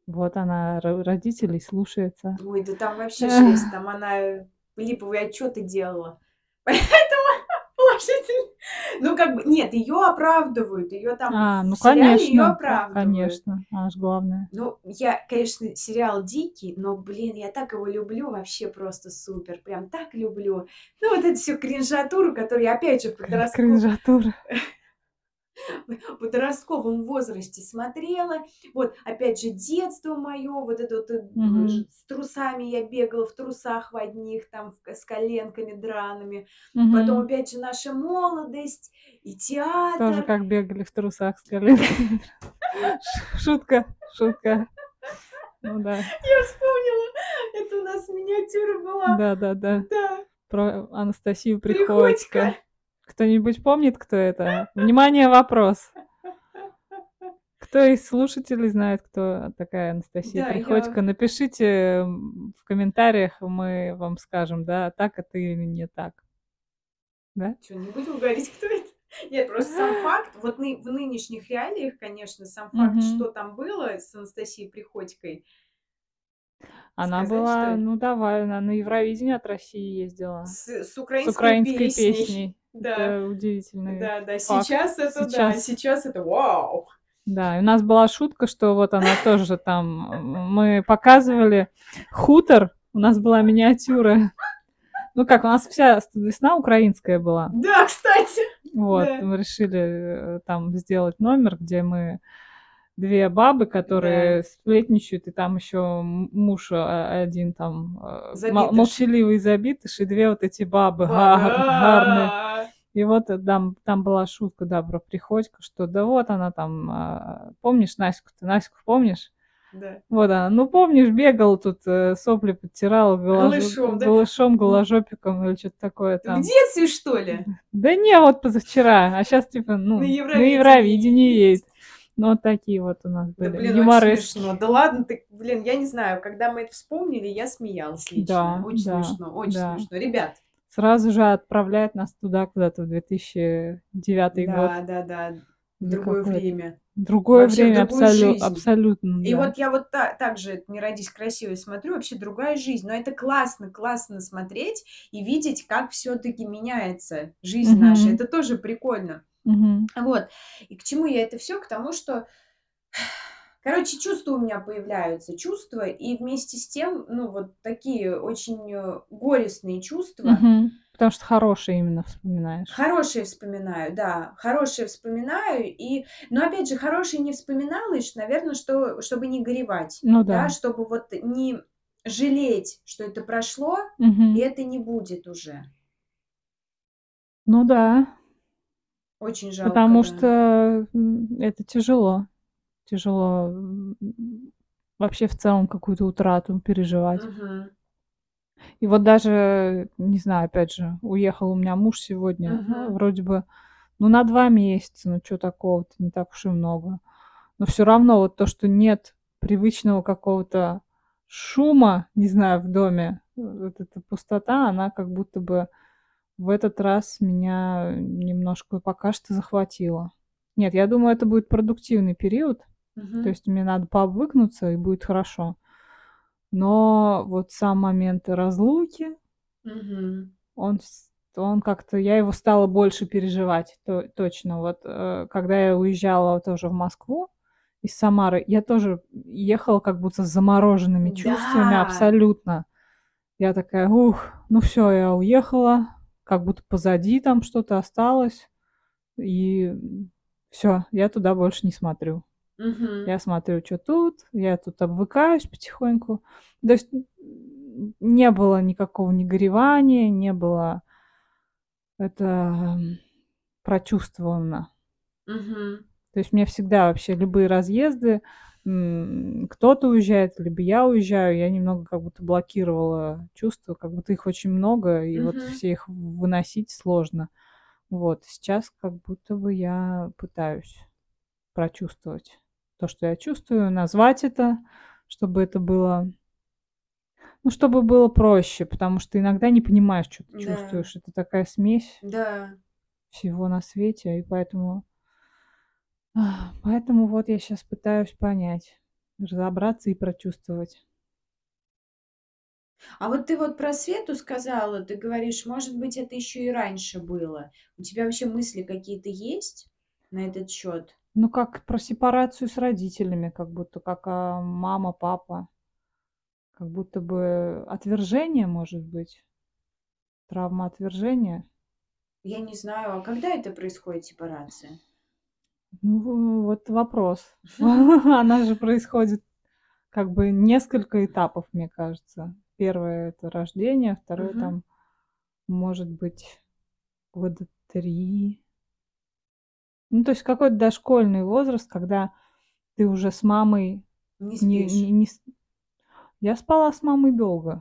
Вот она ро родителей слушается. Ой, да там вообще жесть, там она липовые отчеты делала. Поэтому положительно. Ну, как бы, нет, ее оправдывают, ее там А, в ну сериале ее конечно, ко оправдывают. конечно, она ж главная. Ну, я, конечно, сериал дикий, но, блин, я так его люблю, вообще просто супер, прям так люблю. Ну, вот эту всю кринжатуру, которую я, опять же, в Кри подростко кринжатура. в подростковом возрасте смотрела. Вот, опять же, детство мое, вот это вот, э, б ж Мгм. с трусами я бегала, в трусах в одних, там, в к с коленками драными. Потом, Мгм. опять же, наша молодость и Тоже театр. как бегали в трусах с коленками. Ш шутка, шутка. Ну да. Я вспомнила, это у нас миниатюра была. Да-да-да. Да. Про Анастасию Приходько. Приходько. Кто-нибудь помнит, кто это? Внимание, вопрос. Кто из слушателей знает, кто такая Анастасия Да, я Приходько? Напишите, м, в комментариях, мы вам скажем, да, так это или не так. Да? Чё, не будем говорить, кто это? Нет, просто сам факт, вот ны в нынешних реалиях, конечно, сам факт, Мгм. что там было с Анастасией Приходькой. Она Сказать, что была, ли? ну давай, она на Евровидение от России ездила. С с С украинской украинской песней. песней. Да, Это удивительный да-да, факт. сейчас это да, Сейчас сейчас это вау! Да, и у нас была шутка, что вот она тоже там, м, мы показывали хутор, у нас была миниатюра. Ну как, у нас вся студвесна украинская была. Да, кстати, Вот, да. мы решили, э, там сделать номер, где мы две бабы, Да. которые сплетничают, и там еще м муж, а, один там, э, мол Забитыш. молчаливый забитыш, и две вот эти бабы Бабы. гар гарные. А. И вот, э, дам там была шутка, да, про Приходько, что да вот она там, а, помнишь Наську-то, Наську помнишь? Да. Вот она: "Ну, помнишь, бегала тут, э, сопли подтирала голожо Голышом, да? голышом, В голожопиком", или чё-то такое В там. детстве, что ли? Да не, вот позавчера, а щас типа, На ну, на Евровидении Евровидении есть. едет. Ну, вот такие вот у нас Да, были блин, очень юморески. смешно. Да ладно ты, блин, я не знаю, когда мы это вспомнили, я смеялась лично. Да, Очень да, смешно, очень да. смешно. Ребят, Сразу же отправляет нас туда, куда-то в две тысячи девятый год. да-да-да, в Или другое какой это. время, Другое вообще в время, другую абсолю жизнь. абсолютно, И да. вот я вот та так же "Не родись красивой" смотрю, вообще другая жизнь. Но это классно, классно смотреть и видеть, как всё-таки меняется жизнь наша. Мгм. Это тоже прикольно. Мгм. Вот. И к чему я это всё? К тому, что, короче, чувства у меня появляются. Чувства и вместе с тем, ну, вот такие очень, э, горестные чувства. Мгм. Потому что хорошее именно вспоминаешь. Хорошее вспоминаю, да, хорошее вспоминаю. И но опять же, хорошее не вспоминалось, наверно, что чтобы не горевать, Ну да, да. чтобы вот не жалеть, что это прошло, и Мгм. это не будет уже. Ну да. Очень жалко, Потому да. что, м, это тяжело. Тяжело, м, вообще в целом какую-то утрату переживать. Мгм. И вот даже, не знаю, опять же, уехал у меня муж сегодня, а, Мгм. вроде бы, ну, на два месяца, ну, чё такого-то, не так уж и много. Но всё равно вот то, что нет привычного какого-то шума, не знаю, в доме, вот эта пустота, она как будто бы в этот раз меня немножко пока что захватила. Нет, я думаю, это будет продуктивный период, то Мгм. есть мне надо пообвыкнуться, и будет хорошо. Но вот сам момент разлуки Мгм. он вс он как-то я его стала больше переживать, то точно. Вот, э, когда я уезжала тоже в Москву из Самары, я тоже ехала как будто с замороженными чувствами Да! абсолютно. Я такая: "Ух, ну всё, я уехала", как будто позади там что-то осталось, и, м, всё, я туда больше не смотрю. Мгм. Я смотрю, чё тут, я тут обвыкаюсь потихоньку. То есть н не было никакого ни горевания, не было это, м, прочувствовано. Мгм. То есть мне всегда вообще любые разъезды, м, кто-то уезжает, либо я уезжаю, я немного как будто блокировала чувства, как будто их очень много, и вот Мгм. все их в выносить сложно. Вот сейчас как будто бы я пытаюсь прочувствовать то, что я чувствую, назвать это, чтобы это было ну, чтобы было проще, потому что иногда не понимаешь, чё ты Да. чувствуешь. Это такая смесь Да. всего на свете, и поэтому поэтому вот я щас пытаюсь понять. разобраться и прочувствовать. А вот ты вот про Свету сказала, ты говоришь, может быть, это еще и раньше было. У тебя вообще мысли какие-то есть на этот счет? Ну, как про сепарацию с родителями, как будто как, а, мама, папа. Как будто бы отвержение, может быть, травма отвержения. Я не знаю, а когда это происходит, сепарация? Ну, вот вопрос. Она же происходит как бы несколько этапов, мне кажется. Первое это рождение, второе Мгм. там может быть года три. Ну, то есть какой-то дошкольный возраст, когда ты уже с мамой Не не не спишь. не с Я спала с мамой долго,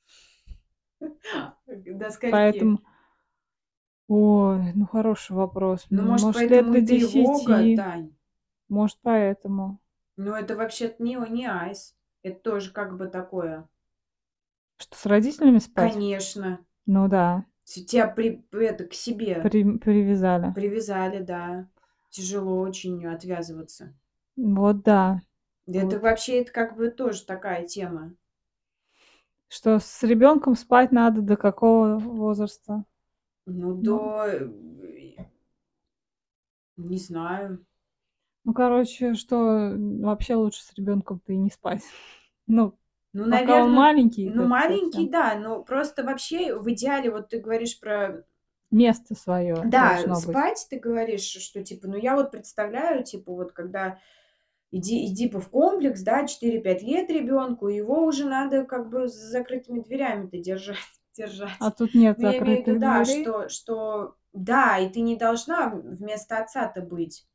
До скольки? поэтому Ой, ну хороший вопрос. Ну, М, может, может, лет поэтому до и тревога, десяти, Тань. может, поэтому. Ну, это вообще-то не, не айс. Это тоже как бы такое. Что с родителями спать? Конечно. Ну да, Т- Тебя при, это, к себе при привязали. привязали, да. Тяжело очень отвязываться. Вот да. Это Вот. вообще, это как бы тоже такая тема. Что с ребенком спать надо до какого возраста? Ну, Ну до, э, не знаю. ну, короче, что, м, вообще лучше с ребенком-то и не спать. Ну, Ну, пока он наверное, маленький, ну, это маленький, совсем. да, но просто вообще в идеале, вот ты говоришь про. Место свое Да, должно быть. спать ты говоришь, что типа, ну я вот представляю, типа, вот когда иди, иди по в комплекс, да, четыре-пять лет ребенку, его уже надо как бы с закрытыми дверями-то держать, А держать. тут нет Ну, я имею в виду, закрытых да, дверей. что, что, да, и ты не должна вместо отца-то быть.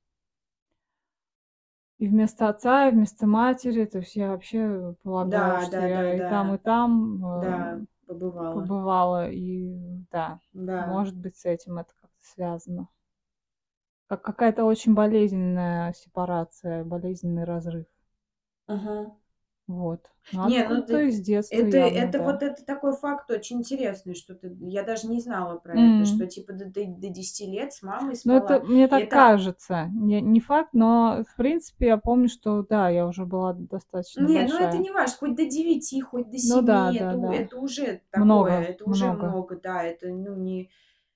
И вместо отца, и вместо матери. То есть я вообще полагаю, Да, что да, да, я и там, и да, там, да, э, побывала. побывала. И да, Да. может быть, с этим это как-то связано. Как какая-то очень болезненная сепарация, болезненный разрыв. Ага. Вот. Ну, Не, ну откуда-то ты из детства это явно, это да. вот это такой факт очень интересный, что ты я даже не знала про это, что М. типа до до до десяти лет с мамой Ну, это спала. мне И так это кажется. Не не факт, но, в принципе, я помню, что да, я уже была достаточно не, ну это большая. не важно, хоть до девяти, хоть до Ну да, семи, это у да-да. это уже такое, Много, это уже много. много, да, это, ну, не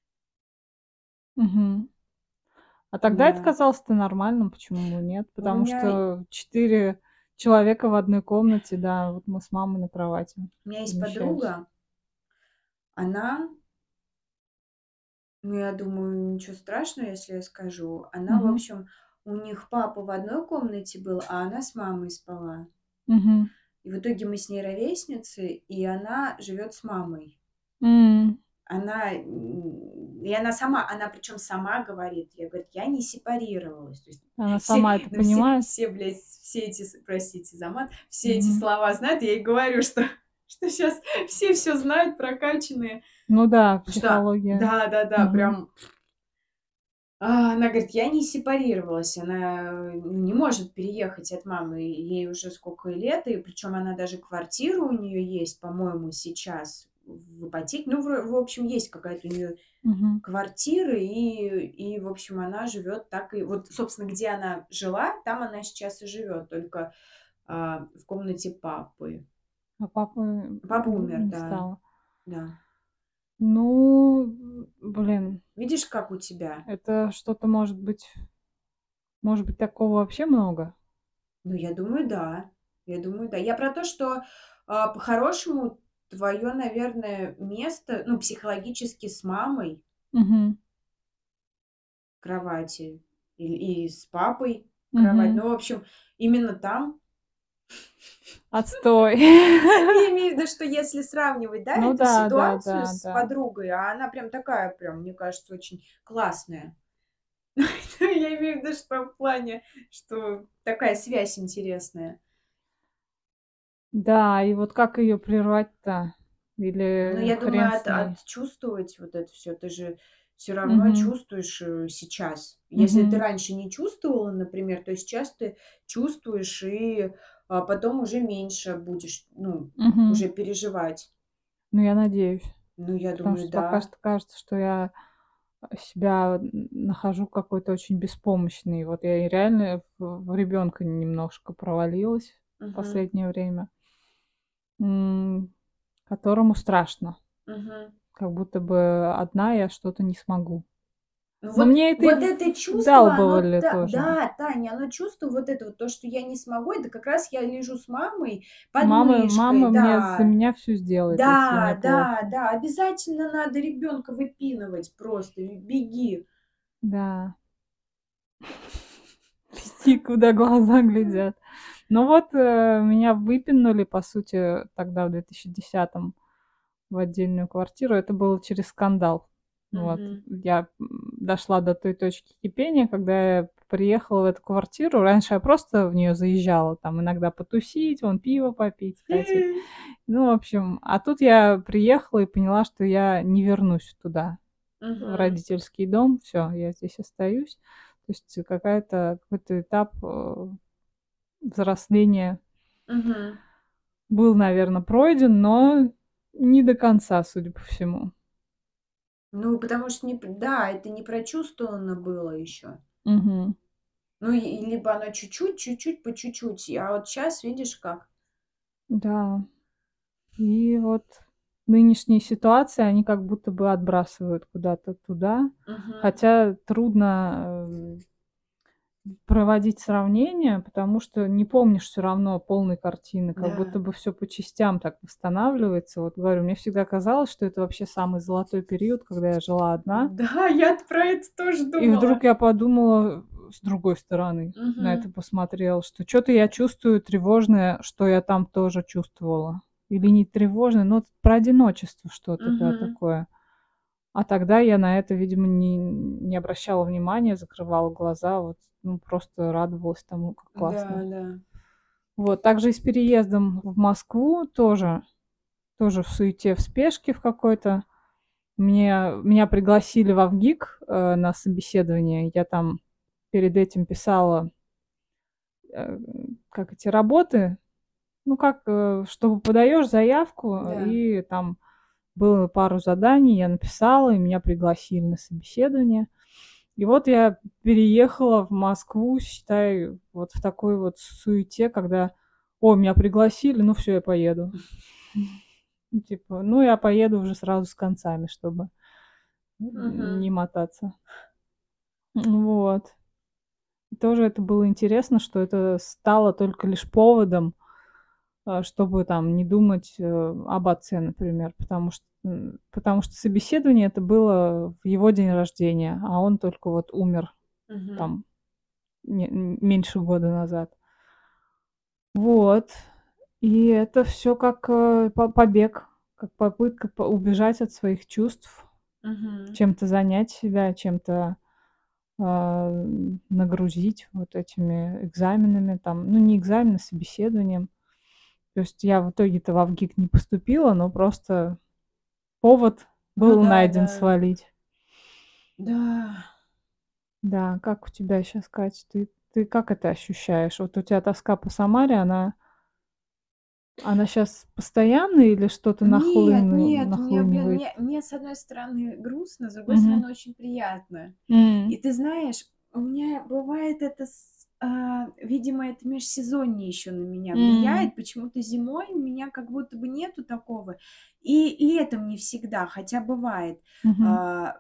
Мгм. А тогда это да. казалось-то нормальным, почему бы нет? Вот у Потому меня что четыре человека в одной комнате, да, вот мы с мамой на кровати у меня есть помещались. подруга, она, ну, я думаю, ничего страшного, если я скажу. Она, в Мгм, общем, у них папа в одной комнате был, а она с мамой спала. мгм. И в итоге мы с ней ровесницы, и она живет с мамой. М. Она, м, и она сама, она причем сама говорит, я, говорит, я не сепарировалась. То есть Она все, сама это ну, все, понимает? все, блядь, все эти, с- простите за мат, все эти Мгм. слова знают. Я ей говорю, что, что сейчас все все знают, прокачанные. Ну да, Что, психология. да, да, да, Мгм, прям. А, Она говорит, я не сепарировалась, она э, ну, не может переехать от мамы, ей уже сколько лет, и причем она даже квартира у нее есть, по-моему, сейчас в ипотеке. Ну, в, в общем, есть какая-то у нее мгм. квартира, и, и, в общем, она живет так и... Вот, собственно, где она жила, там она сейчас и живет, только а, в комнате папы. А папы Папа не умер, не да, стало. да. Ну, блин, Видишь, как у тебя? это что-то может быть может быть, такого вообще много? Ну, я думаю, да. Я думаю, да. Я про то, что, а, по-хорошему, твое, наверное, место, ну, психологически с мамой Мгм, в кровати или и с папой в кровать. мгм. Ну, в общем, именно там. Отстой. Я имею в виду, что если сравнивать, да, Ну эту да, да, ситуацию да, с да. подругой, а она прям такая прям, мне кажется, очень классная. Я имею в виду, что в плане, что такая связь интересная. Да, и вот как ее прервать-то? Ну, Или я хрен думаю, с от ней? отчувствовать вот это все, ты же все равно Мгм, чувствуешь, э, сейчас. Если ты мгм, раньше не чувствовала, например, то сейчас ты чувствуешь и, а, потом уже меньше будешь, ну, мгм. уже переживать. Ну, я надеюсь, Ну, я потому думаю, что пока да. что кажется, что я, э, себя н нахожу какой-то очень беспомощной. Вот я и реально в в ребёнка немножко провалилась. в Мгм. последнее время, м, которому страшно. Мгм. Как будто бы одна я что-то не смогу. Ну Но вот мне это и вот в это чувство, оно вдалбывали та тоже. да, Таня, оно чувство вот это вот, то, что я не смогу, это как раз я лежу с мамой под Мама мышкой, мама мне за да. меня всё сделает, если мне Да, да, плохо. да, обязательно надо ребёнка выпинывать просто, и беги. Да. Иди, куда глаза глядят. Ну вот, э, меня выпинули, по сути, тогда, в две тысячи десятом, в отдельную квартиру. Это было через скандал. Вот. Мгм. Я, м, дошла до той точки кипения, когда я приехала в эту квартиру. Раньше я просто в неё заезжала, там иногда потусить, вон пиво попить, сходить. Ну, в общем, а тут я приехала и поняла, что я не вернусь туда, в Мгм. родительский дом. Всё, я здесь остаюсь. То есть какая-то какой-то этап, э, взросления Мгм. был, наверно, пройден, но не до конца, судя по всему. Ну, потому что не п да, это не прочувствовано было ещё. Мгм. Ну, и и либо оно чуть-чуть, чуть-чуть, по чуть-чуть. А вот щас видишь как. Да. И вот нынешние ситуации, они как будто бы отбрасывают куда-то туда. Мгм. Хотя трудно, эм, проводить сравнения, потому что не помнишь всё равно полной картины, как будто Да. бы всё по частям так восстанавливается. Вот говорю, мне всегда казалось, что это вообще самый золотой период, когда я жила одна. Да, я-то про это тоже И вдруг думала. я подумала, э, с другой стороны на это Мгм. посмотрела, что чё-то я чувствую тревожное, что я там тоже чувствовала. Или не тревожное, но вот про одиночество что-то, да, Мгм. такое. А тогда я на это, видимо, не не обращала внимания, закрывала глаза, вот, ну, просто радовалась тому, как Да, классно. да. Вот. Так же и с переездом в Москву тоже. Тоже в суете, в спешке в какой-то. Мне меня пригласили в ВГИК, э, на собеседование. Я там перед этим писала э, как эти работы, ну, как, э, чтобы подаёшь заявку, Да. и там было пару заданий, я написала, и меня пригласили на собеседование. И вот я переехала в Москву, считай, вот в такой вот суете, когда: "О, меня пригласили, ну всё, я поеду". Ну, типа, ну, я поеду уже сразу с концами, чтобы н не Мгм. мотаться. М, вот. Тоже это было интересно, что это стало только лишь поводом, а, чтобы там не думать, э, об отце, например. Потому что, м, потому что собеседование это было в его день рождения, а он только вот умер Мгм. там не м меньше года назад. Вот. И это всё как, э, по побег, как попытка по убежать от своих чувств, Мгм. чем-то занять себя, чем-то, а, нагрузить вот этими экзаменами там. Ну, не экзамены, собеседованием. То есть я в итоге-то в ВГИК не поступила, но просто повод Ну был да, найден да. свалить. Да. Да, как у тебя щас, Кать? Ты ты как это ощущаешь? Вот у тя тоска по Самаре, она она щас постоянная или что-то Нет, нахлыну нет, мне, блин, нахлынивает? мне мне, с одной стороны, грустно, с другой Мгм. стороны, очень приятно. М. И ты знаешь, у меня бывает это с а, видимо, это межсезонье ещё на меня М. влияет. Почему-то зимой у меня как будто бы нету такого, и летом не всегда, хотя бывает. Мгм. А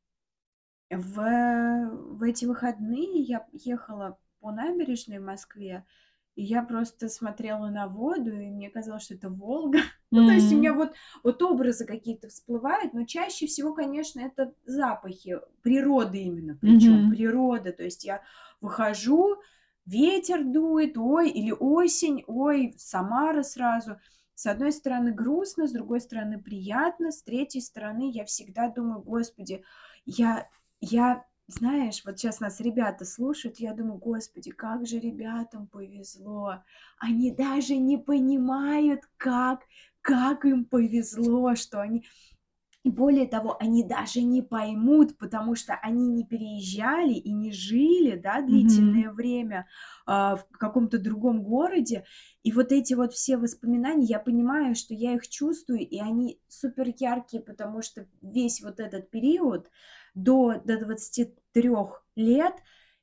в в эти выходные я ехала по набережной в Москве, и я просто смотрела на воду, и мне казалось, что это Волга. Ну, то есть у меня М. вот вот образы какие-то всплывают, но чаще всего, конечно, это запахи природы именно, причём Мгм. природа. То есть я выхожу, ветер дует, ой, или осень, ой, Самара сразу. С одной стороны грустно, с другой стороны приятно, с третьей стороны я всегда думаю: "Господи, я я" знаешь, вот щас нас ребята слушают, я думаю: "Господи, как же ребятам повезло. Они даже не понимают, как как им повезло, что они" И более того, они даже не поймут, потому что они не переезжали и не жили, да, Мгм. длительное время, а, в каком-то другом городе. И вот эти вот все воспоминания, я понимаю, что я их чувствую, и они супер яркие, потому что весь вот этот период до до двадцати трёх лет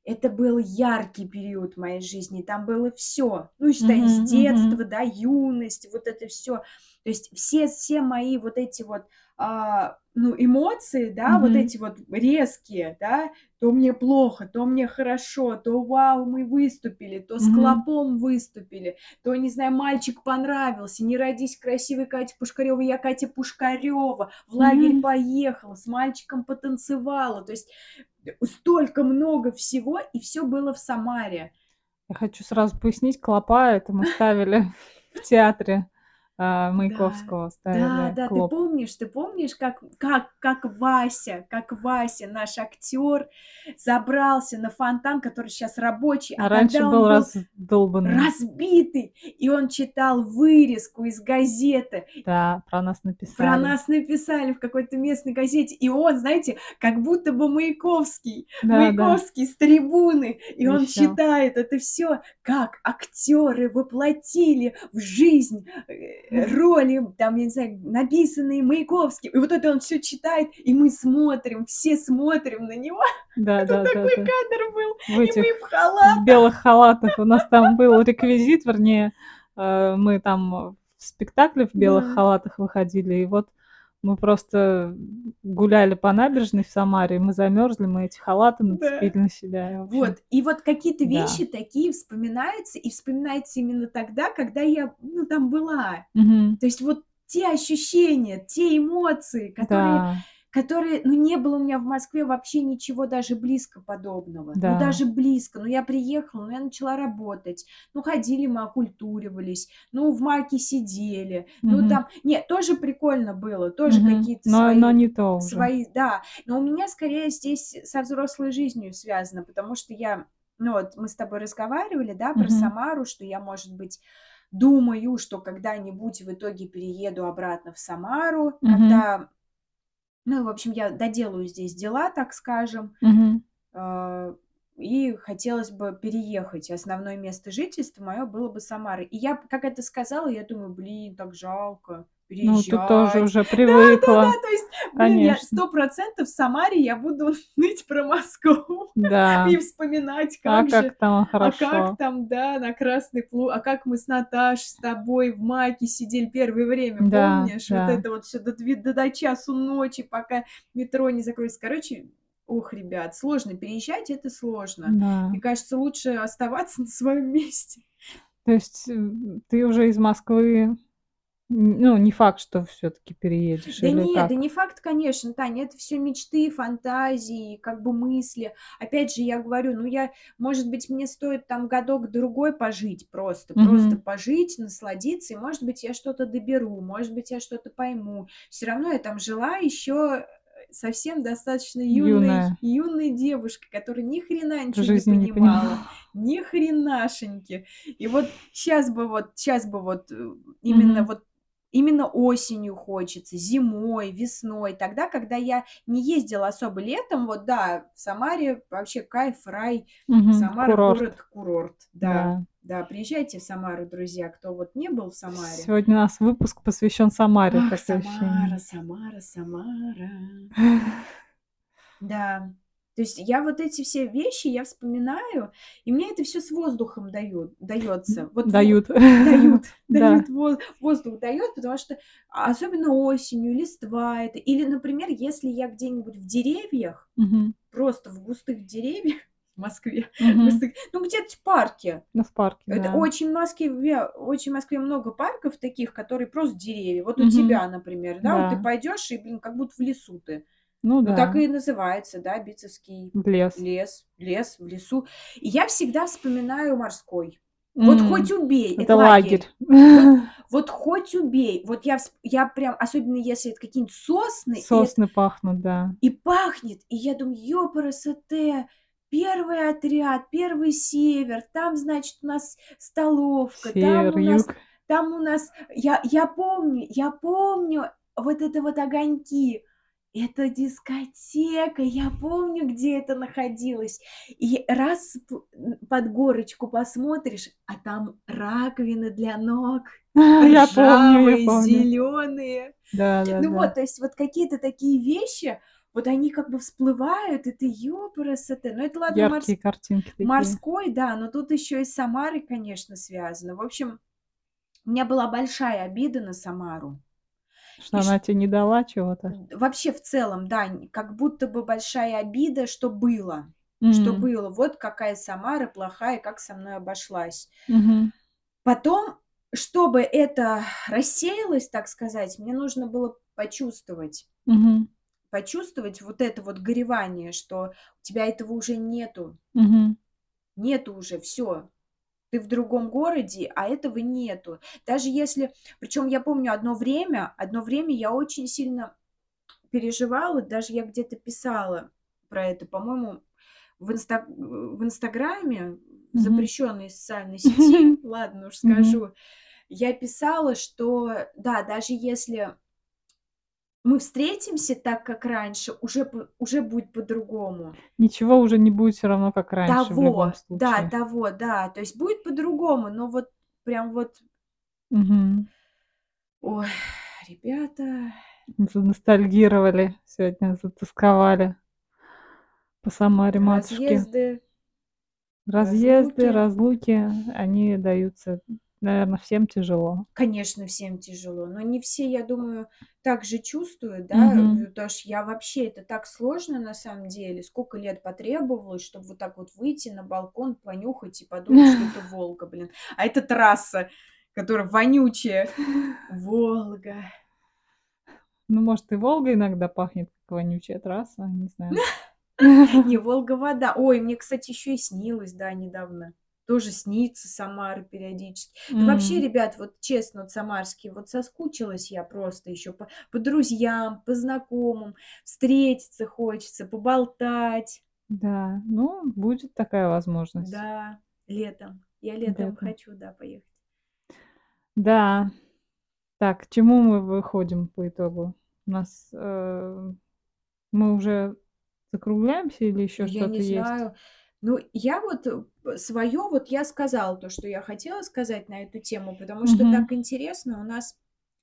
это был яркий период в моей жизни, там было все. Ну, считай, с Мгм, мгм. детства, да, юность, вот это все. То есть все все мои вот эти вот, а, ну, эмоции, да, вот Мгм. эти вот резкие, да, то мне плохо, то мне хорошо, то вау, мы выступили, то с Мгм. клопом выступили, то, не знаю, мальчик понравился, не родись красивой Катя Пушкарева, я Катя Пушкарева, в лагерь Мгм. поехала, с мальчиком потанцевала. То есть столько много всего, и все было в Самаре. Я хочу сразу пояснить, клопа — это мы ставили в театре, а, Да, Маяковского, да, ставили да, ты клоп. помнишь, ты помнишь, как как как Вася, как Вася, наш актер, забрался на фонтан, который сейчас рабочий, а А раньше тогда был он был раздолбанный. разбитый, и он читал вырезку из газеты. Да, про нас Про написали. нас написали в какой-то местной газете, и он, знаете, как будто бы Маяковский, Да-да, Маяковский с трибуны, и он вещал. читает это все, как актеры воплотили в жизнь э, роли, там, я не знаю, написанные Маяковским. И вот это он все читает, и мы смотрим, все смотрим на него. Это такой Да-да-да-да. кадр был, В и мы этих, в в халатах. белых халатах. У нас там был реквизит, вернее, э, мы там, э, в спектакле в белых Да, халатах выходили, и вот мы просто гуляли по набережной в Самаре, мы замерзли, мы эти халаты да. нацепили на себя, и, в общем, Вот, и вот какие-то да. вещи такие вспоминаются, и вспоминается именно тогда, когда я, ну, там была. Мгм. То есть вот те ощущения, те эмоции, которые Да, которые, ну, не было у меня в Москве вообще ничего даже близко подобного. Ну, да. даже близко. Ну, я приехала, ну, я начала работать. Ну, ходили мы, окультуривались. Ну, в МАКе сидели. Ну, Мгм. там нет, тоже прикольно было, тоже Мгм. какие-то Но но свои не то уже. свои, да. Но у меня скорее здесь со взрослой жизнью связано, потому что я, ну, вот мы с тобой разговаривали, да, про Мгм. Самару, что я, может быть, думаю, что когда-нибудь в итоге перееду обратно в Самару, Мгм. когда, ну, в общем, я доделаю здесь дела, так скажем, Мгм. а, и хотелось бы переехать. Основное место жительства мое было бы Самара. И я, как это сказала, я думаю, блин, так жалко Ну, ты тоже переезжать. уже Да, да, привыкла, да, то есть, блин, я конечно. сто процентов в Самаре я буду ныть про Москву Да. и вспоминать, А как же, как там а как хорошо. там, да, на Красной площади, а как мы с Наташей, с тобой в МАКе сидели первое время, Да, помнишь? Вот да, это вот все до, дви- до, до часу ночи, пока метро не закроется. Короче, ох, ребят, сложно переезжать, это сложно. да. Мне кажется, лучше оставаться на своем месте. То есть, м, ты уже из Москвы, м, ну, не факт, что всё таки переедешь Да или нет, да как? не факт, конечно, Таня, это все мечты, фантазии, как бы мысли. Опять же, я говорю, ну, я, может быть, мне стоит там годок-другой пожить просто, просто Мгм. пожить, насладиться, и, может быть, я что-то доберу, может быть, я что-то пойму. Все равно я там жила еще совсем достаточно юной Юная, юной девушкой, которая ни хрена в ничего не жизни не понимала, понимала. ни хренашеньки. И вот сейчас бы вот сейчас бы вот, э, именно Мгм. вот именно осенью хочется, зимой, весной, тогда, когда я не ездила особо летом. Вот да, в Самаре вообще кайф, рай. Мгм. Самара Курорт, город-курорт. Да, да. да, приезжайте в Самару, друзья, кто вот не был в Самаре. Сегодня у нас выпуск посвящен Самаре, Ах, такое Самара, ощущение. Самара, Самара. Да. То есть я вот эти все вещи я вспоминаю, и мне это все с воздухом дают даётся. Вот во Дают. дают, Да. дают во воздух дает, потому что, а, особенно осенью, листва это. Или, например, если я где-нибудь в деревьях, Мгм. просто в густых деревьях в Москве, Мгм. густых, ну, где-то в парке. Ну, в парке, Это да. очень в Москве очень в Москве много парков таких, которые просто деревья. Вот у Мгм. тебя, например, да, вот ты Да. пойдешь и, блин, как будто в лесу ты. Ну Ну, так да, и называется, да, Битцевский в лес. лес, лес в лесу. И я всегда вспоминаю морской. Вот хоть М. убей, это Это лагерь. лагерь. Вот вот хоть убей. Вот я вс я прям, особенно если это какие-нибудь сосны, и это Сосны пахнут, да. и пахнет, и я думаю: "Ёпарасоте, первый отряд, первый север, там, значит, у нас столовка, там Север, у нас юг. там у нас". Я я помню я помню вот это вот огоньки. Это дискотека, я помню, где это находилось. И раз п н под горочку посмотришь, а там раковины для ног, Я помню, я ржавые, помню. зеленые. Ну Да-да-да. вот, то есть вот какие-то такие вещи, вот они как бы всплывают, и ты ёпрст. Ну, это ладно, морс Яркие картинки такие. морской, да, но тут еще и с Самарой, конечно, связано. В общем, у меня была большая обида на Самару. Что И ш она те не дала чего-то? д вообще, в целом, да, н как будто бы большая обида, что было. Что М. было. Вот какая Самара плохая, как со мной обошлась. Мгм. Потом, чтобы это рассеялось, так сказать, мне нужно было почувствовать. Мгм. Почувствовать вот это вот горевание, что у тебя этого уже нету. Мгм. Нету уже, всё. Ты в другом городе, а этого нету. Даже если причем я помню одно время одно время я очень сильно переживала, даже я где-то писала про это, по-моему, в инста в "Инстаграме", в Мгм. запрещенной социальной сети, ладно уж Мгм. скажу, я писала, что да, даже если мы встретимся так, как раньше, уже п уже будет по-другому. Ничего уже не будет всё равно, как раньше, в любом Того, да, случае. того, да. То есть будет по-другому, но вот прям вот Мгм. Ой, ребята. Заностальгировали сегодня, затосковали по Самаре матушке. Разъезды Разъезды, разлуки. разлуки, они даются, наверно, всем тяжело. Конечно, всем тяжело, но не все, я думаю, так же чувствуют, да. Мгм. В потому что я вообще это так сложно на самом деле. Сколько лет потребовалось, чтобы вот так вот выйти на балкон, понюхать и подумать, что это Волга, блин. А это трасса, которая вонючая. Волга. Ну, может, и Волга иногда пахнет, как вонючая трасса, не знаю. Не, Волга-вода. Ой, мне, кстати, еще и снилось, да, недавно. Тоже снится Самара периодически. Да вообще, М. ребят, вот честно, вот самарские, вот соскучилась я просто еще по по друзьям, по знакомым. Встретиться хочется, поболтать. Да, ну, будет такая возможность. Да, летом. Я летом Летом. хочу, да, поехать. Да. Так, к чему мы выходим по итогу? У нас, э, мы уже закругляемся или Ну, еще я не что-то есть? знаю. Ну, я вот, э, свое вот я сказала, то, что я хотела сказать на эту тему, потому что Мгм. так интересно. У нас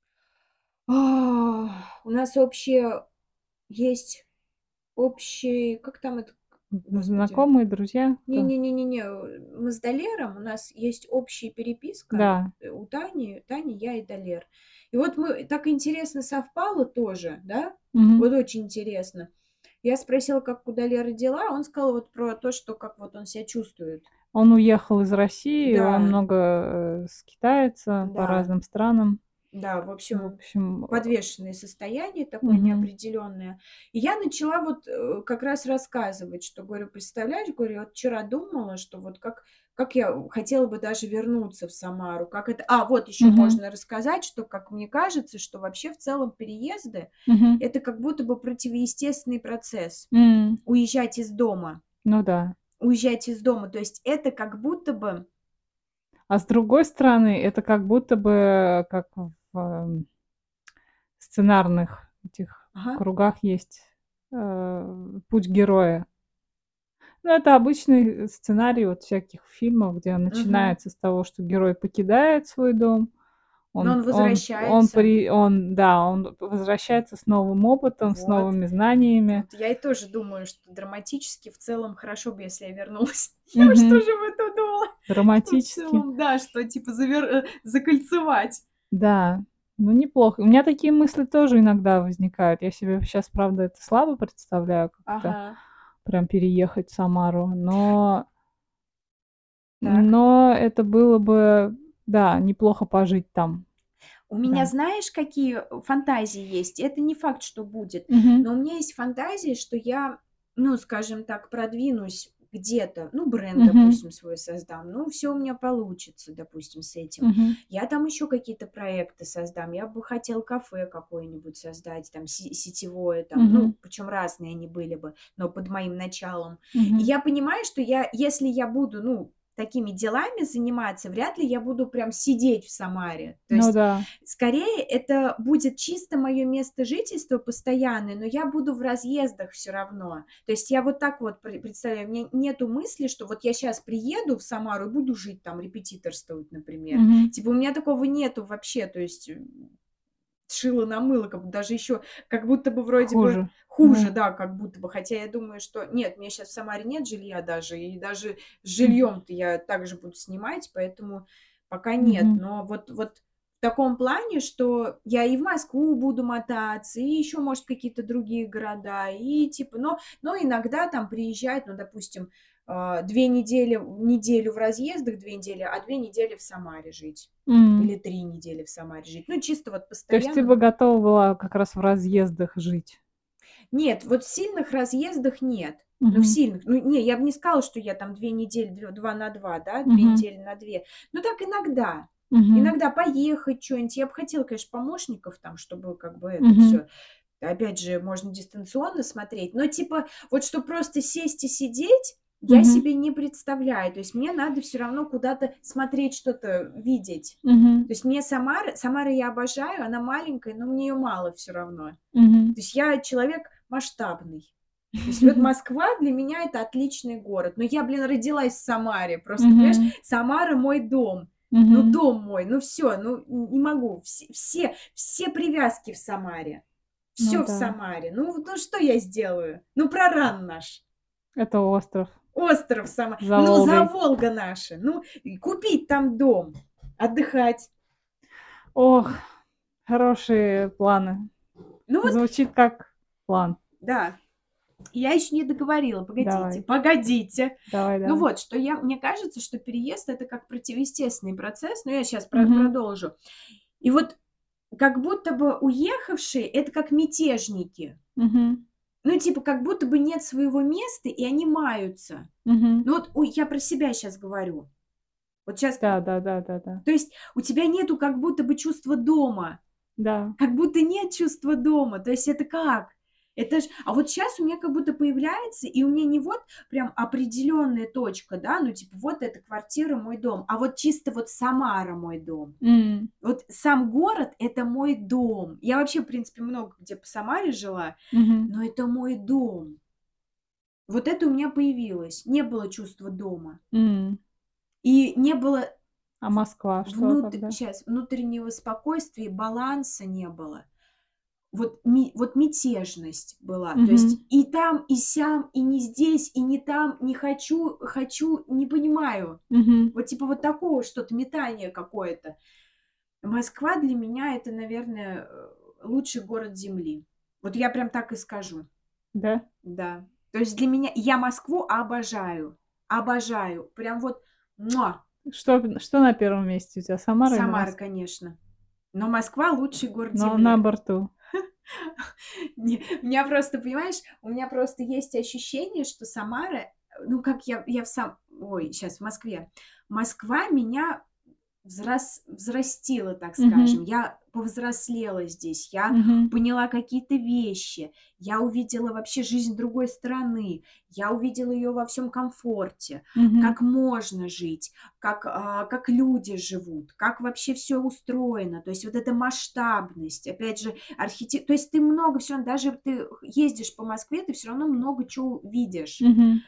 у нас общие есть общий, как там это, З господи. знакомые, друзья, Не кто? не не не не, э, мы с Далером, у нас есть общая переписка, Да. э, у Тани, Таня, я и Далер. И вот мы так интересно совпало тоже, да, Мгм. вот очень интересно. Я спросила, как у Далера дела, он сказал вот про то, что как вот он себя чувствует. Он уехал из России, он Да. много, э, скитается по Да. разным странам. Да, в В общем, общем, э подвешенное состояние такое Мгм. неопределённое. И я начала вот, э, как раз рассказывать, что, говорю, представляешь, говорю, я вот вчера думала, что вот как как я хотела бы даже вернуться в Самару, как это А, вот еще Мгм. можно рассказать, что, как мне кажется, что вообще в целом переезды- Мгм. это как будто бы противоестественный процесс- М. уезжать из дома. Ну да. Уезжать из дома. То есть это как будто бы А с другой стороны, это как будто бы, как в, эм, сценарных этих Ага. кругах есть, э, путь героя. Ну, это обычный сценарий вот всяких фильмов, где Мгм. начинается с того, что герой покидает свой дом, Но он он он он возвращается. при он, да, он возвращается с новым опытом, с Вот. новыми знаниями. Вот я и тоже думаю, что драматически в целом хорошо бы, если я вернулась. Я уж Мгм. тоже об этом думала, что в Драматически. целом, да, что типа завер э, закольцевать. Да, ну, неплохо. У меня такие мысли тоже иногда возникают. Я себе щас, правда, это слабо представляю, как это Ага. прям переехать в Самару, но Так. но это было бы, да, неплохо пожить там. У меня, Да. знаешь, какие, э, фантазии есть? Это не факт, что будет, Мгм. но у меня есть фантазии, что я, ну, скажем так, продвинусь где-то, ну, бренд, Мгм. допустим, свой создам, ну, всё у меня получится, допустим, с этим. Мгм. Я там еще какие-то проекты создам. Я бы хотела кафе какое-нибудь создать, там, се сетевое, там, Мгм. ну, причем разные они были бы, но под моим началом. И Мгм. я понимаю, что я, если я буду, ну, такими делами заниматься, вряд ли я буду прям сидеть в Самаре. То Ну есть, да. скорее, это будет чисто мое место жительства постоянное, но я буду в разъездах всё равно. То есть я вот так вот пре представляю. У меня нету мысли, что вот я щас приеду в Самару и буду жить там, репетиторствовать, например. Мгм. Типа у меня такого нету вообще. То есть шило на мыло, как бы даже еще, как будто бы вроде бы Хуже. хуже, Да. да, как будто бы. Хотя я думаю, что нет, у меня сейчас в Самаре нет жилья даже, и даже с Мгм. жильем-то я также буду снимать, поэтому пока нет. Мгм. Но вот, вот в таком плане, что я и в Москву буду мотаться, и еще, может, какие-то другие города, и типа, но, но иногда там приезжать, ну, допустим, а, две недели, неделю в разъездах, две недели, а две недели в Самаре жить. М. Или три недели в Самаре жить. Ну, чисто вот То есть ты постоянно. бы готова была как раз в разъездах жить? Нет, вот в сильных разъездах нет. Ну, в Мгм. сильных. Ну, не, я бы не сказала, что я там две недели, дв два на два, да, две Мгм. недели на две. Ну, так иногда. Мгм. Иногда поехать чё нибудь. Я бы хотела, конечно, помощников там, чтобы как бы это Мгм. всё. Опять же, можно дистанционно смотреть, но типа вот что просто сесть и сидеть, я Мгм. себе не представляю. То есть мне надо всё равно куда-то смотреть, что-то видеть. Мгм. То есть мне Самара Самара я обожаю, она маленькая, но мне её мало всё равно. Мгм. То есть я человек масштабный. То есть вот Москва для меня- это отличный город. Но я, блин, родилась в Самаре. Просто, понимаешь, Мгм. Самара- мой дом. Ну, Мгм. дом мой, ну всё, ну н не могу. Вс все все привязки в Самаре. Ну Всё в да. Самаре. Ну вот, ну что я сделаю? Ну, праран наш. Это остров. Остров Сама За ну, Волгой. Заволга наша. Ну, и купить там дом, отдыхать. Ох, хорошие планы. Ну вот Звучит как план. Да. Я еще не договорила. Погодите, Давай. погодите. Давай Ну давай. вот, что я мне кажется, что переезд- это как противоестественный процесс, но я щас про Мгм. продолжу. И вот как будто бы уехавшие- это как мятежники. Мгм. Ну, типа, как будто бы нет своего места, и они маются. Мгм. Ну вот, ой, я про себя щас говорю. Вот щас Да да да да да. То есть у тебя нету как будто бы чувства дома. Да. Как будто нет чувства дома. То есть это как? Это ж а вот щас у меня как будто появляется, и у меня не вот прям определенная точка, да, ну, типа, вот эта квартира- мой дом, а вот чисто вот Самара- мой дом. М. Вот сам город- это мой дом. Я вообще, в принципе, много где по Самаре жила, Мгм. но это мой дом. Вот это у меня появилось. Не было чувства дома. М. И не было А Москва что внут тогда? щас внутреннего спокойствия и баланса не было. Вот ме вот мятежность была. То есть Мгм. и там, и сям, и не здесь, и не там, не хочу, хочу, не понимаю. Мгм. Вот типа вот такого что-то, метание какое-то. Москва для меня- это, наверное, э, лучший город Земли. Вот я прям так и скажу. Да? Да. То есть для меня я Москву обожаю. Обожаю. Прям вот муа! Что п что на первом месте у тебя: Самара или Самара, Моск конечно. Но Москва- лучший город Но на Земли. борту. Не, у меня просто, понимаешь, у меня просто есть ощущение, что Самара, э, ну, как я я в Сам ой, щас, в Москве. Москва меня взрас взрастила, так скажем. Мгм. Я повзрослела здесь, я Мгм. поняла какие-то вещи, я увидела вообще жизнь другой стороны, я увидела её во всём комфорте, Мгм. как можно жить, как, а, как люди живут, как вообще всё устроено. То есть вот эта масштабность, опять же, архите то есть ты много всё равно, даже ты ездишь по Москве, ты всё равно много чё видишь. Мгм.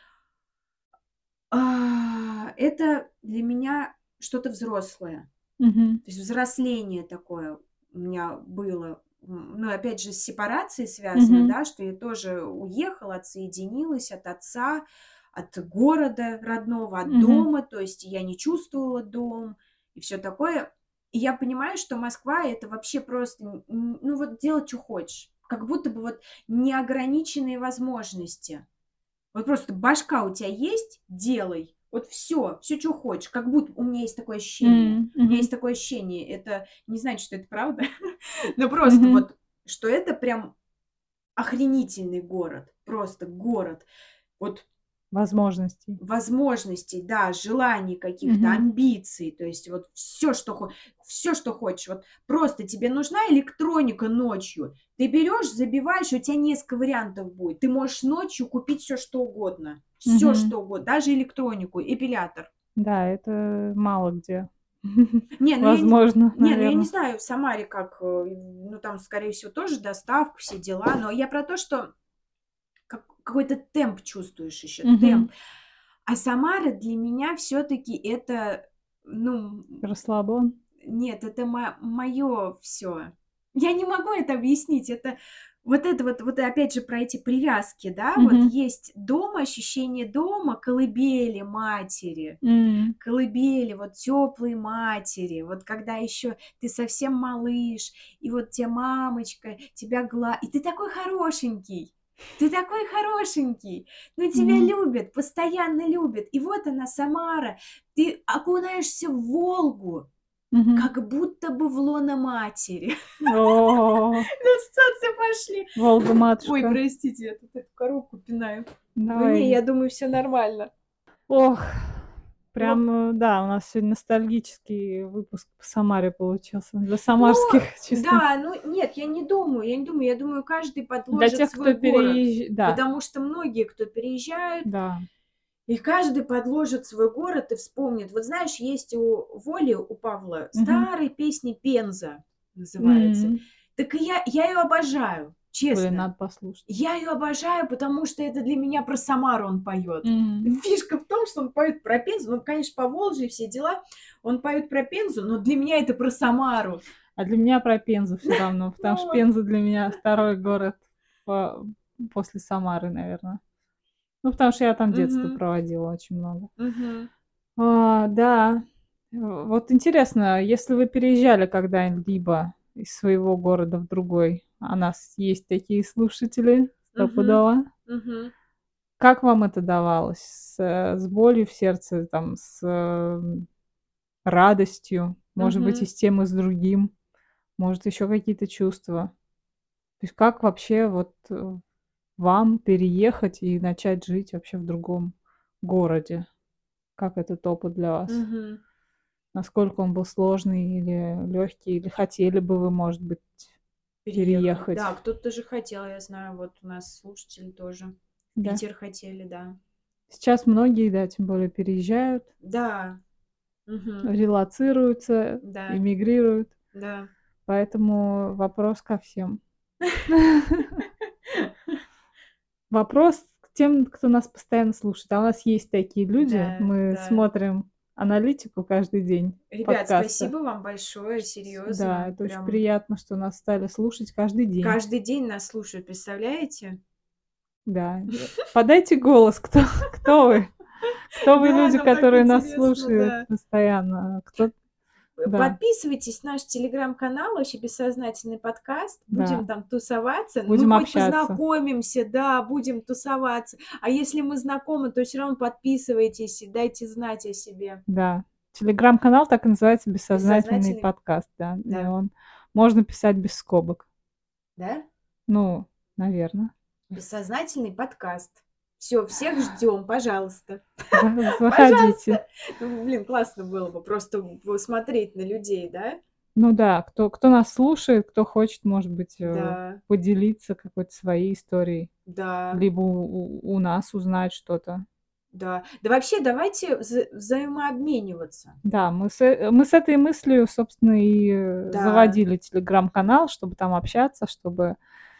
А, это для меня что-то взрослое. Мгм. То есть взросление такое у меня было. М, ну, опять же, с сепарацией связано, Мгм. да, что я тоже уехала, отсоединилась от отца, от города родного, от Мгм. дома. То есть я не чувствовала дом и всё такое. И я понимаю, что Москва- это вообще просто, н н ну, вот делай, чё хочешь. Как будто бы вот неограниченные возможности. Вот просто башка у тя есть- делай. Вот всё, всё, чё хочешь. Как будто у меня есть такое ощущение. М, У меня есть мгм. такое ощущение. Это не значит, что это правда, но просто Мгм. вот, что это прям охренительный город. Просто город. Вот Возможностей. возможностей, да, желаний каких-то, Мгм. амбиций. То есть вот всё, что хо всё, что хочешь. Вот просто тебе нужна электроника ночью. Ты берёшь, забиваешь, у тя несколько вариантов будет. Ты можешь ночью купить всё, что угодно. Всё, Мгм. что угодно, даже электронику, эпилятор. Да, это мало где Не, ну я не возможно, не, ну я не наверно. знаю в Самаре как, э, ну, там, скорее всего, тоже доставка, все дела. Но я про то, что как какой-то темп чувствуешь ещё, Мгм. темп. А Самара для меня всё-таки это, ну, м Расслабон? нет, это мо моё всё. Я не могу это объяснить. Это вот это вот, вот опять же про эти привязки, да, вот Мгм. есть дом, ощущение дома, колыбели матери, М. колыбели, вот теплой матери, вот когда еще ты совсем малыш, и вот те мамочка тебя гла... И ты такой хорошенький, ты такой хорошенький, ну тебя Мгм. любят, постоянно любят. И вот она, Самара, ты окунаешься в Волгу, Мгм. как будто бы в лоно матери. О, Ассоциации пошли. Ой, Волга-матушка. простите, я тут эту коробку пинаю. Ну не, Давай. я думаю, все нормально. Ох, Ну, прям, э, да, у нас сегодня ностальгический выпуск по Самаре получился. Для ну самарских чисто. да, ну нет, я не думаю, я не думаю. Я думаю, каждый Для подложит тех, свой кто город, переезж да, потому что многие, кто переезжают, да. и каждый подложит свой город и вспомнит. Вот знаешь, есть у Воли, у Павла, Мгм. старые песни "Пенза" называется. М. Так и я я ее обожаю, Блин, честно. надо послушать. Я ее обожаю, потому что это для меня про Самару он поет. М. Фишка в том, что он поет про Пензу. Ну, конечно, по Волжье все дела. Он поет про Пензу, но для меня это про Самару. А для меня про Пензу всё равно, потому что Вот. Пенза для меня второй город по после Самары, наверно. Ну, потому что я там детство Мгм. проводила очень много. Мгм. А, да. Э, вот интересно, если вы переезжали когда-либо из своего города в другой, а нас есть такие слушатели Мгм. стопудово, Мгм. как вам это давалось? С, э, с болью в сердце, там, с, м, радостью, может быть, и Мгм. с тем, и с другим, может, еще какие-то чувства? То есть как вообще вот, э, вам переехать и начать жить вообще в другом городе? Как этот опыт для вас? Мгм. Насколько он был сложный или легкий, или хотели бы вы, может быть, Переехать. переехать? Да, кто-то же хотел, я знаю, вот у нас слушатели тоже в Да. Питер хотели, да. Сейчас многие, да, тем более переезжают, Да. Мгм. релоцируются, Да. эмигрируют, Да. поэтому вопрос ко всем. Вопрос к тем, кто нас постоянно слушает. А у нас есть такие люди. Да, Мы да. смотрим аналитику каждый день Ребят, подкаста. спасибо вам большое, С Да, серьезно. это очень Прям приятно, что нас стали слушать каждый день. каждый день нас слушают, представляете? Да, э, подайте голос, кто кто вы? Кто вы, Да, люди, нам так которые нас интересно, слушают да. постоянно? Кто П Да, Подписывайтесь на наш телеграм-канал, вообще "Бессознательный подкаст". Будем да, там тусоваться. Ну, будем хоть общаться. познакомимся, да, будем тусоваться. А если мы знакомы, то все равно подписывайтесь и дайте знать о себе. Да. Телеграм-канал так и называется "Бессознательный Бессознательный, подкаст", да. И да. он можно писать без скобок. Да? Ну, наверно. Бессознательный подкаст. Все, всех ждем, пожалуйста. Заходите. Пожалуйста. Ну, блин, классно было бы просто посмотреть на людей, да? Ну да, кто кто нас слушает, кто хочет, может быть, э, Да, поделиться какой-то своей историей, да. либо у у у нас узнать что-то. Да. Да вообще давайте вза взаимообмениваться. Да, мы с э мы с этой мыслью, собственно, и, э, Да. заводили телеграм-канал, чтобы там общаться, чтобы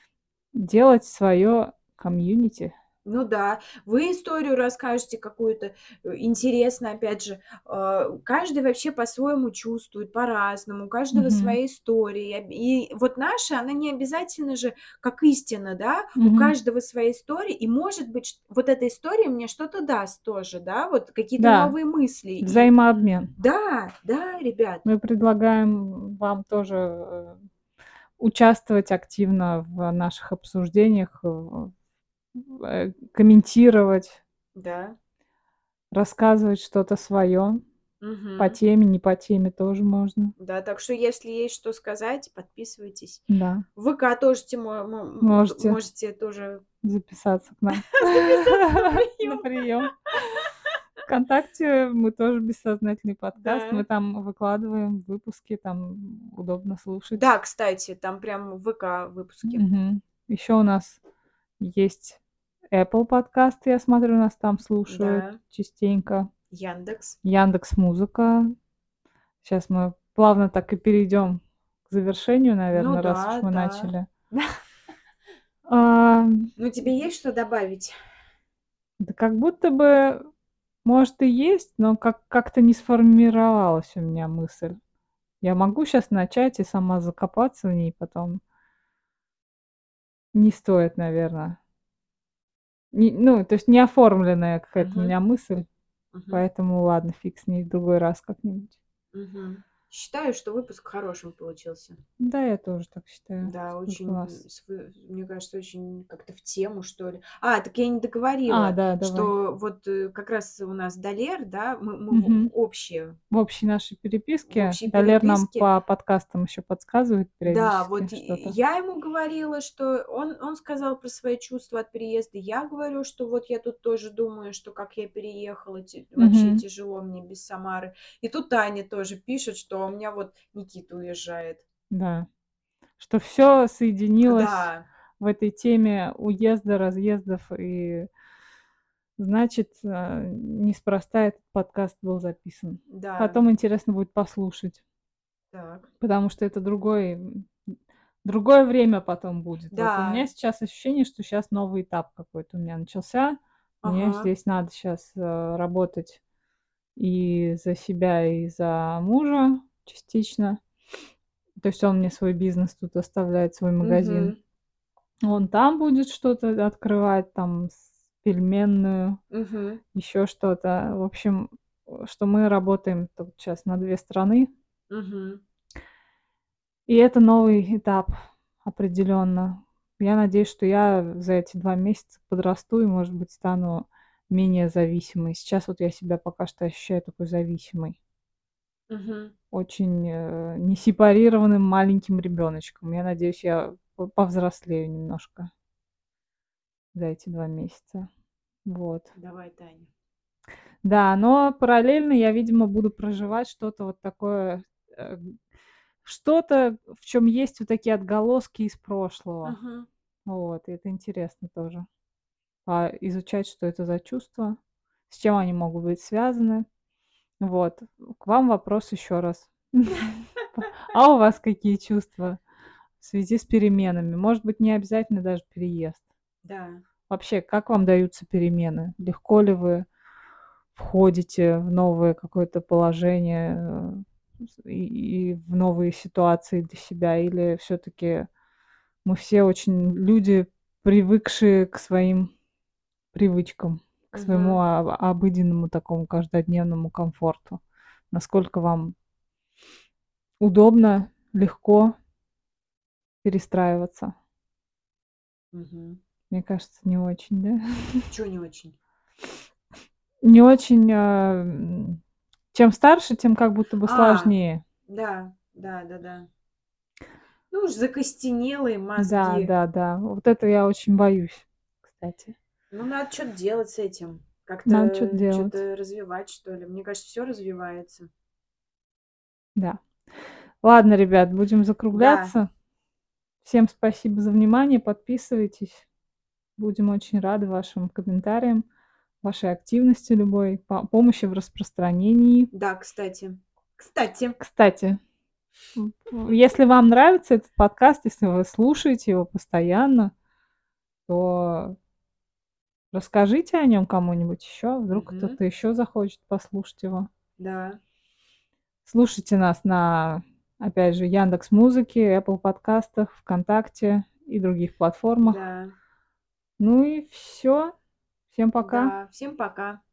делать свое комьюнити. Ну да. Вы историю расскажете какую-то, э, интересную, опять же. Э, каждый вообще по-своему чувствует, по-разному, у каждого Мгм. своя история. И об и вот наша, она не обязательно же как истина, да. У Мгм. каждого своя история, и, может быть, чт вот эта история мне что-то даст тоже, да, вот какие-то Да, новые мысли. И взаимообмен. да, да, ребят, Мы предлагаем вам тоже, э, участвовать активно в наших обсуждениях, в э, комментировать, да. рассказывать что-то свое. По Мгм. теме, не по теме тоже можно. Да, так что если есть что сказать, подписывайтесь. Да, В ВК тоже те мо мо м, т можете можете тоже записаться к нам записаться на на прием. прием. "ВКонтакте" мы тоже "Бессознательный подкаст". Мы Да. там выкладываем выпуски, там удобно Да, слушать. кстати, там прям в ВК выпуски. Мгм. Еще у нас есть Apple подкасты, я смотрю, нас там слушают Да, частенько. "Яндекс". "Яндекс.Музыка". Сейчас мы плавно так и перейдем к завершению, Ну наверное, раз уж да, мы да. начали. Ам, Ну, тебе есть что добавить? да как будто бы, может, и есть, но как как-то не сформировалась у меня мысль. Я могу сейчас начать и сама закопаться в ней потом. Не стоит, наверное. Не, ну, то есть не оформленная какая-то у Мгм. меня мысль, Мгм. поэтому ладно, фиг с ней в другой раз как-нибудь. Мгм. Считаю, что выпуск хорошим получился. Да, я тоже так считаю. Да, Сколько у очень, нас? св- мне кажется, очень как-то в тему, что ли. А, так я не А, договорила, да, давай. что вот э, как раз у нас Далер, да, мы, мы в- Мгм. общие В общей нашей в переписке общей Далер нам переписке. по подкастам еще подсказывает Да, периодически вот и что-то. я ему говорила, что он, он сказал про свои чувства от переезда. Я говорю, что вот я тут тоже думаю, что как я переехала, те- вообще Мгм. тяжело мне без Самары. И тут Таня тоже пишет, что у меня вот Никита уезжает. Да. Что все соединилось Да, в этой теме уезда, разъездов, и значит, э, неспроста этот подкаст был записан. да, Потом интересно будет послушать, так. потому что это другой, м, другое время потом будет. Вот у меня Да, сейчас ощущение, что сейчас новый этап какой-то у меня начался. Мне ага, здесь надо сейчас работать и за себя, и за мужа частично. То есть он мне свой бизнес тут оставляет, свой магазин. угу, Он там будет что-то открывать, там с пельменную, угу, еще что-то. В общем, э, что мы работаем тут щас на две страны. угу, И это новый этап определенно. Я надеюсь, что я за эти два месяца подрасту и, может быть, стану менее зависимой. Сейчас вот я себя пока что ощущаю такой зависимой, угу. очень, э, несепарированным маленьким ребеночком. Я надеюсь, я по повзрослею немножко за эти два месяца. Вот. Давай, Таня. Да, но параллельно я, видимо, буду проживать что-то вот такое, э, что-то, в чем есть вот такие отголоски из прошлого. Угу, Вот, и это интересно тоже. А, изучать, что это за чувства, с чем они могут быть связаны. Вот. К вам вопрос еще раз. А у вас какие чувства в связи с переменами? Может быть, не обязательно даже переезд. да. Вообще, как вам даются перемены? Легко ли вы входите в новое какое-то положение, э, с и и в новые ситуации для себя? Или все таки мы все очень люди, привыкшие к своим привычкам, к своему Угу. об обыденному такому каждодневному комфорту? Насколько вам удобно, легко перестраиваться? Угу. Мне кажется, не очень, да? Чё не очень? Не очень, а, м, чем старше, тем как будто бы А, сложнее. да, да-да-да. Ну уж закостенелые Да, мозги. да, да. Вот это я очень боюсь, кстати. Ну, надо что то делать с этим. Надо чё-то Как-то что делать. то развивать, что ли. Мне кажется, все развивается. Да. Ладно, ребят, будем Да, закругляться. Всем спасибо за внимание. Подписывайтесь. Будем очень рады вашим комментариям, вашей активности любой, по помощи в распространении. да, кстати. Кстати. Кстати, м, если вам нравится этот подкаст, если вы слушаете его постоянно, то расскажите о нем кому-нибудь еще. Вдруг Мгм. кто-то еще захочет послушать его. Да, Слушайте нас на, опять же, Яндекс Музыке, Apple подкастах, ВКонтакте и других платформах. да, Ну и все. Всем пока. да. Всем пока.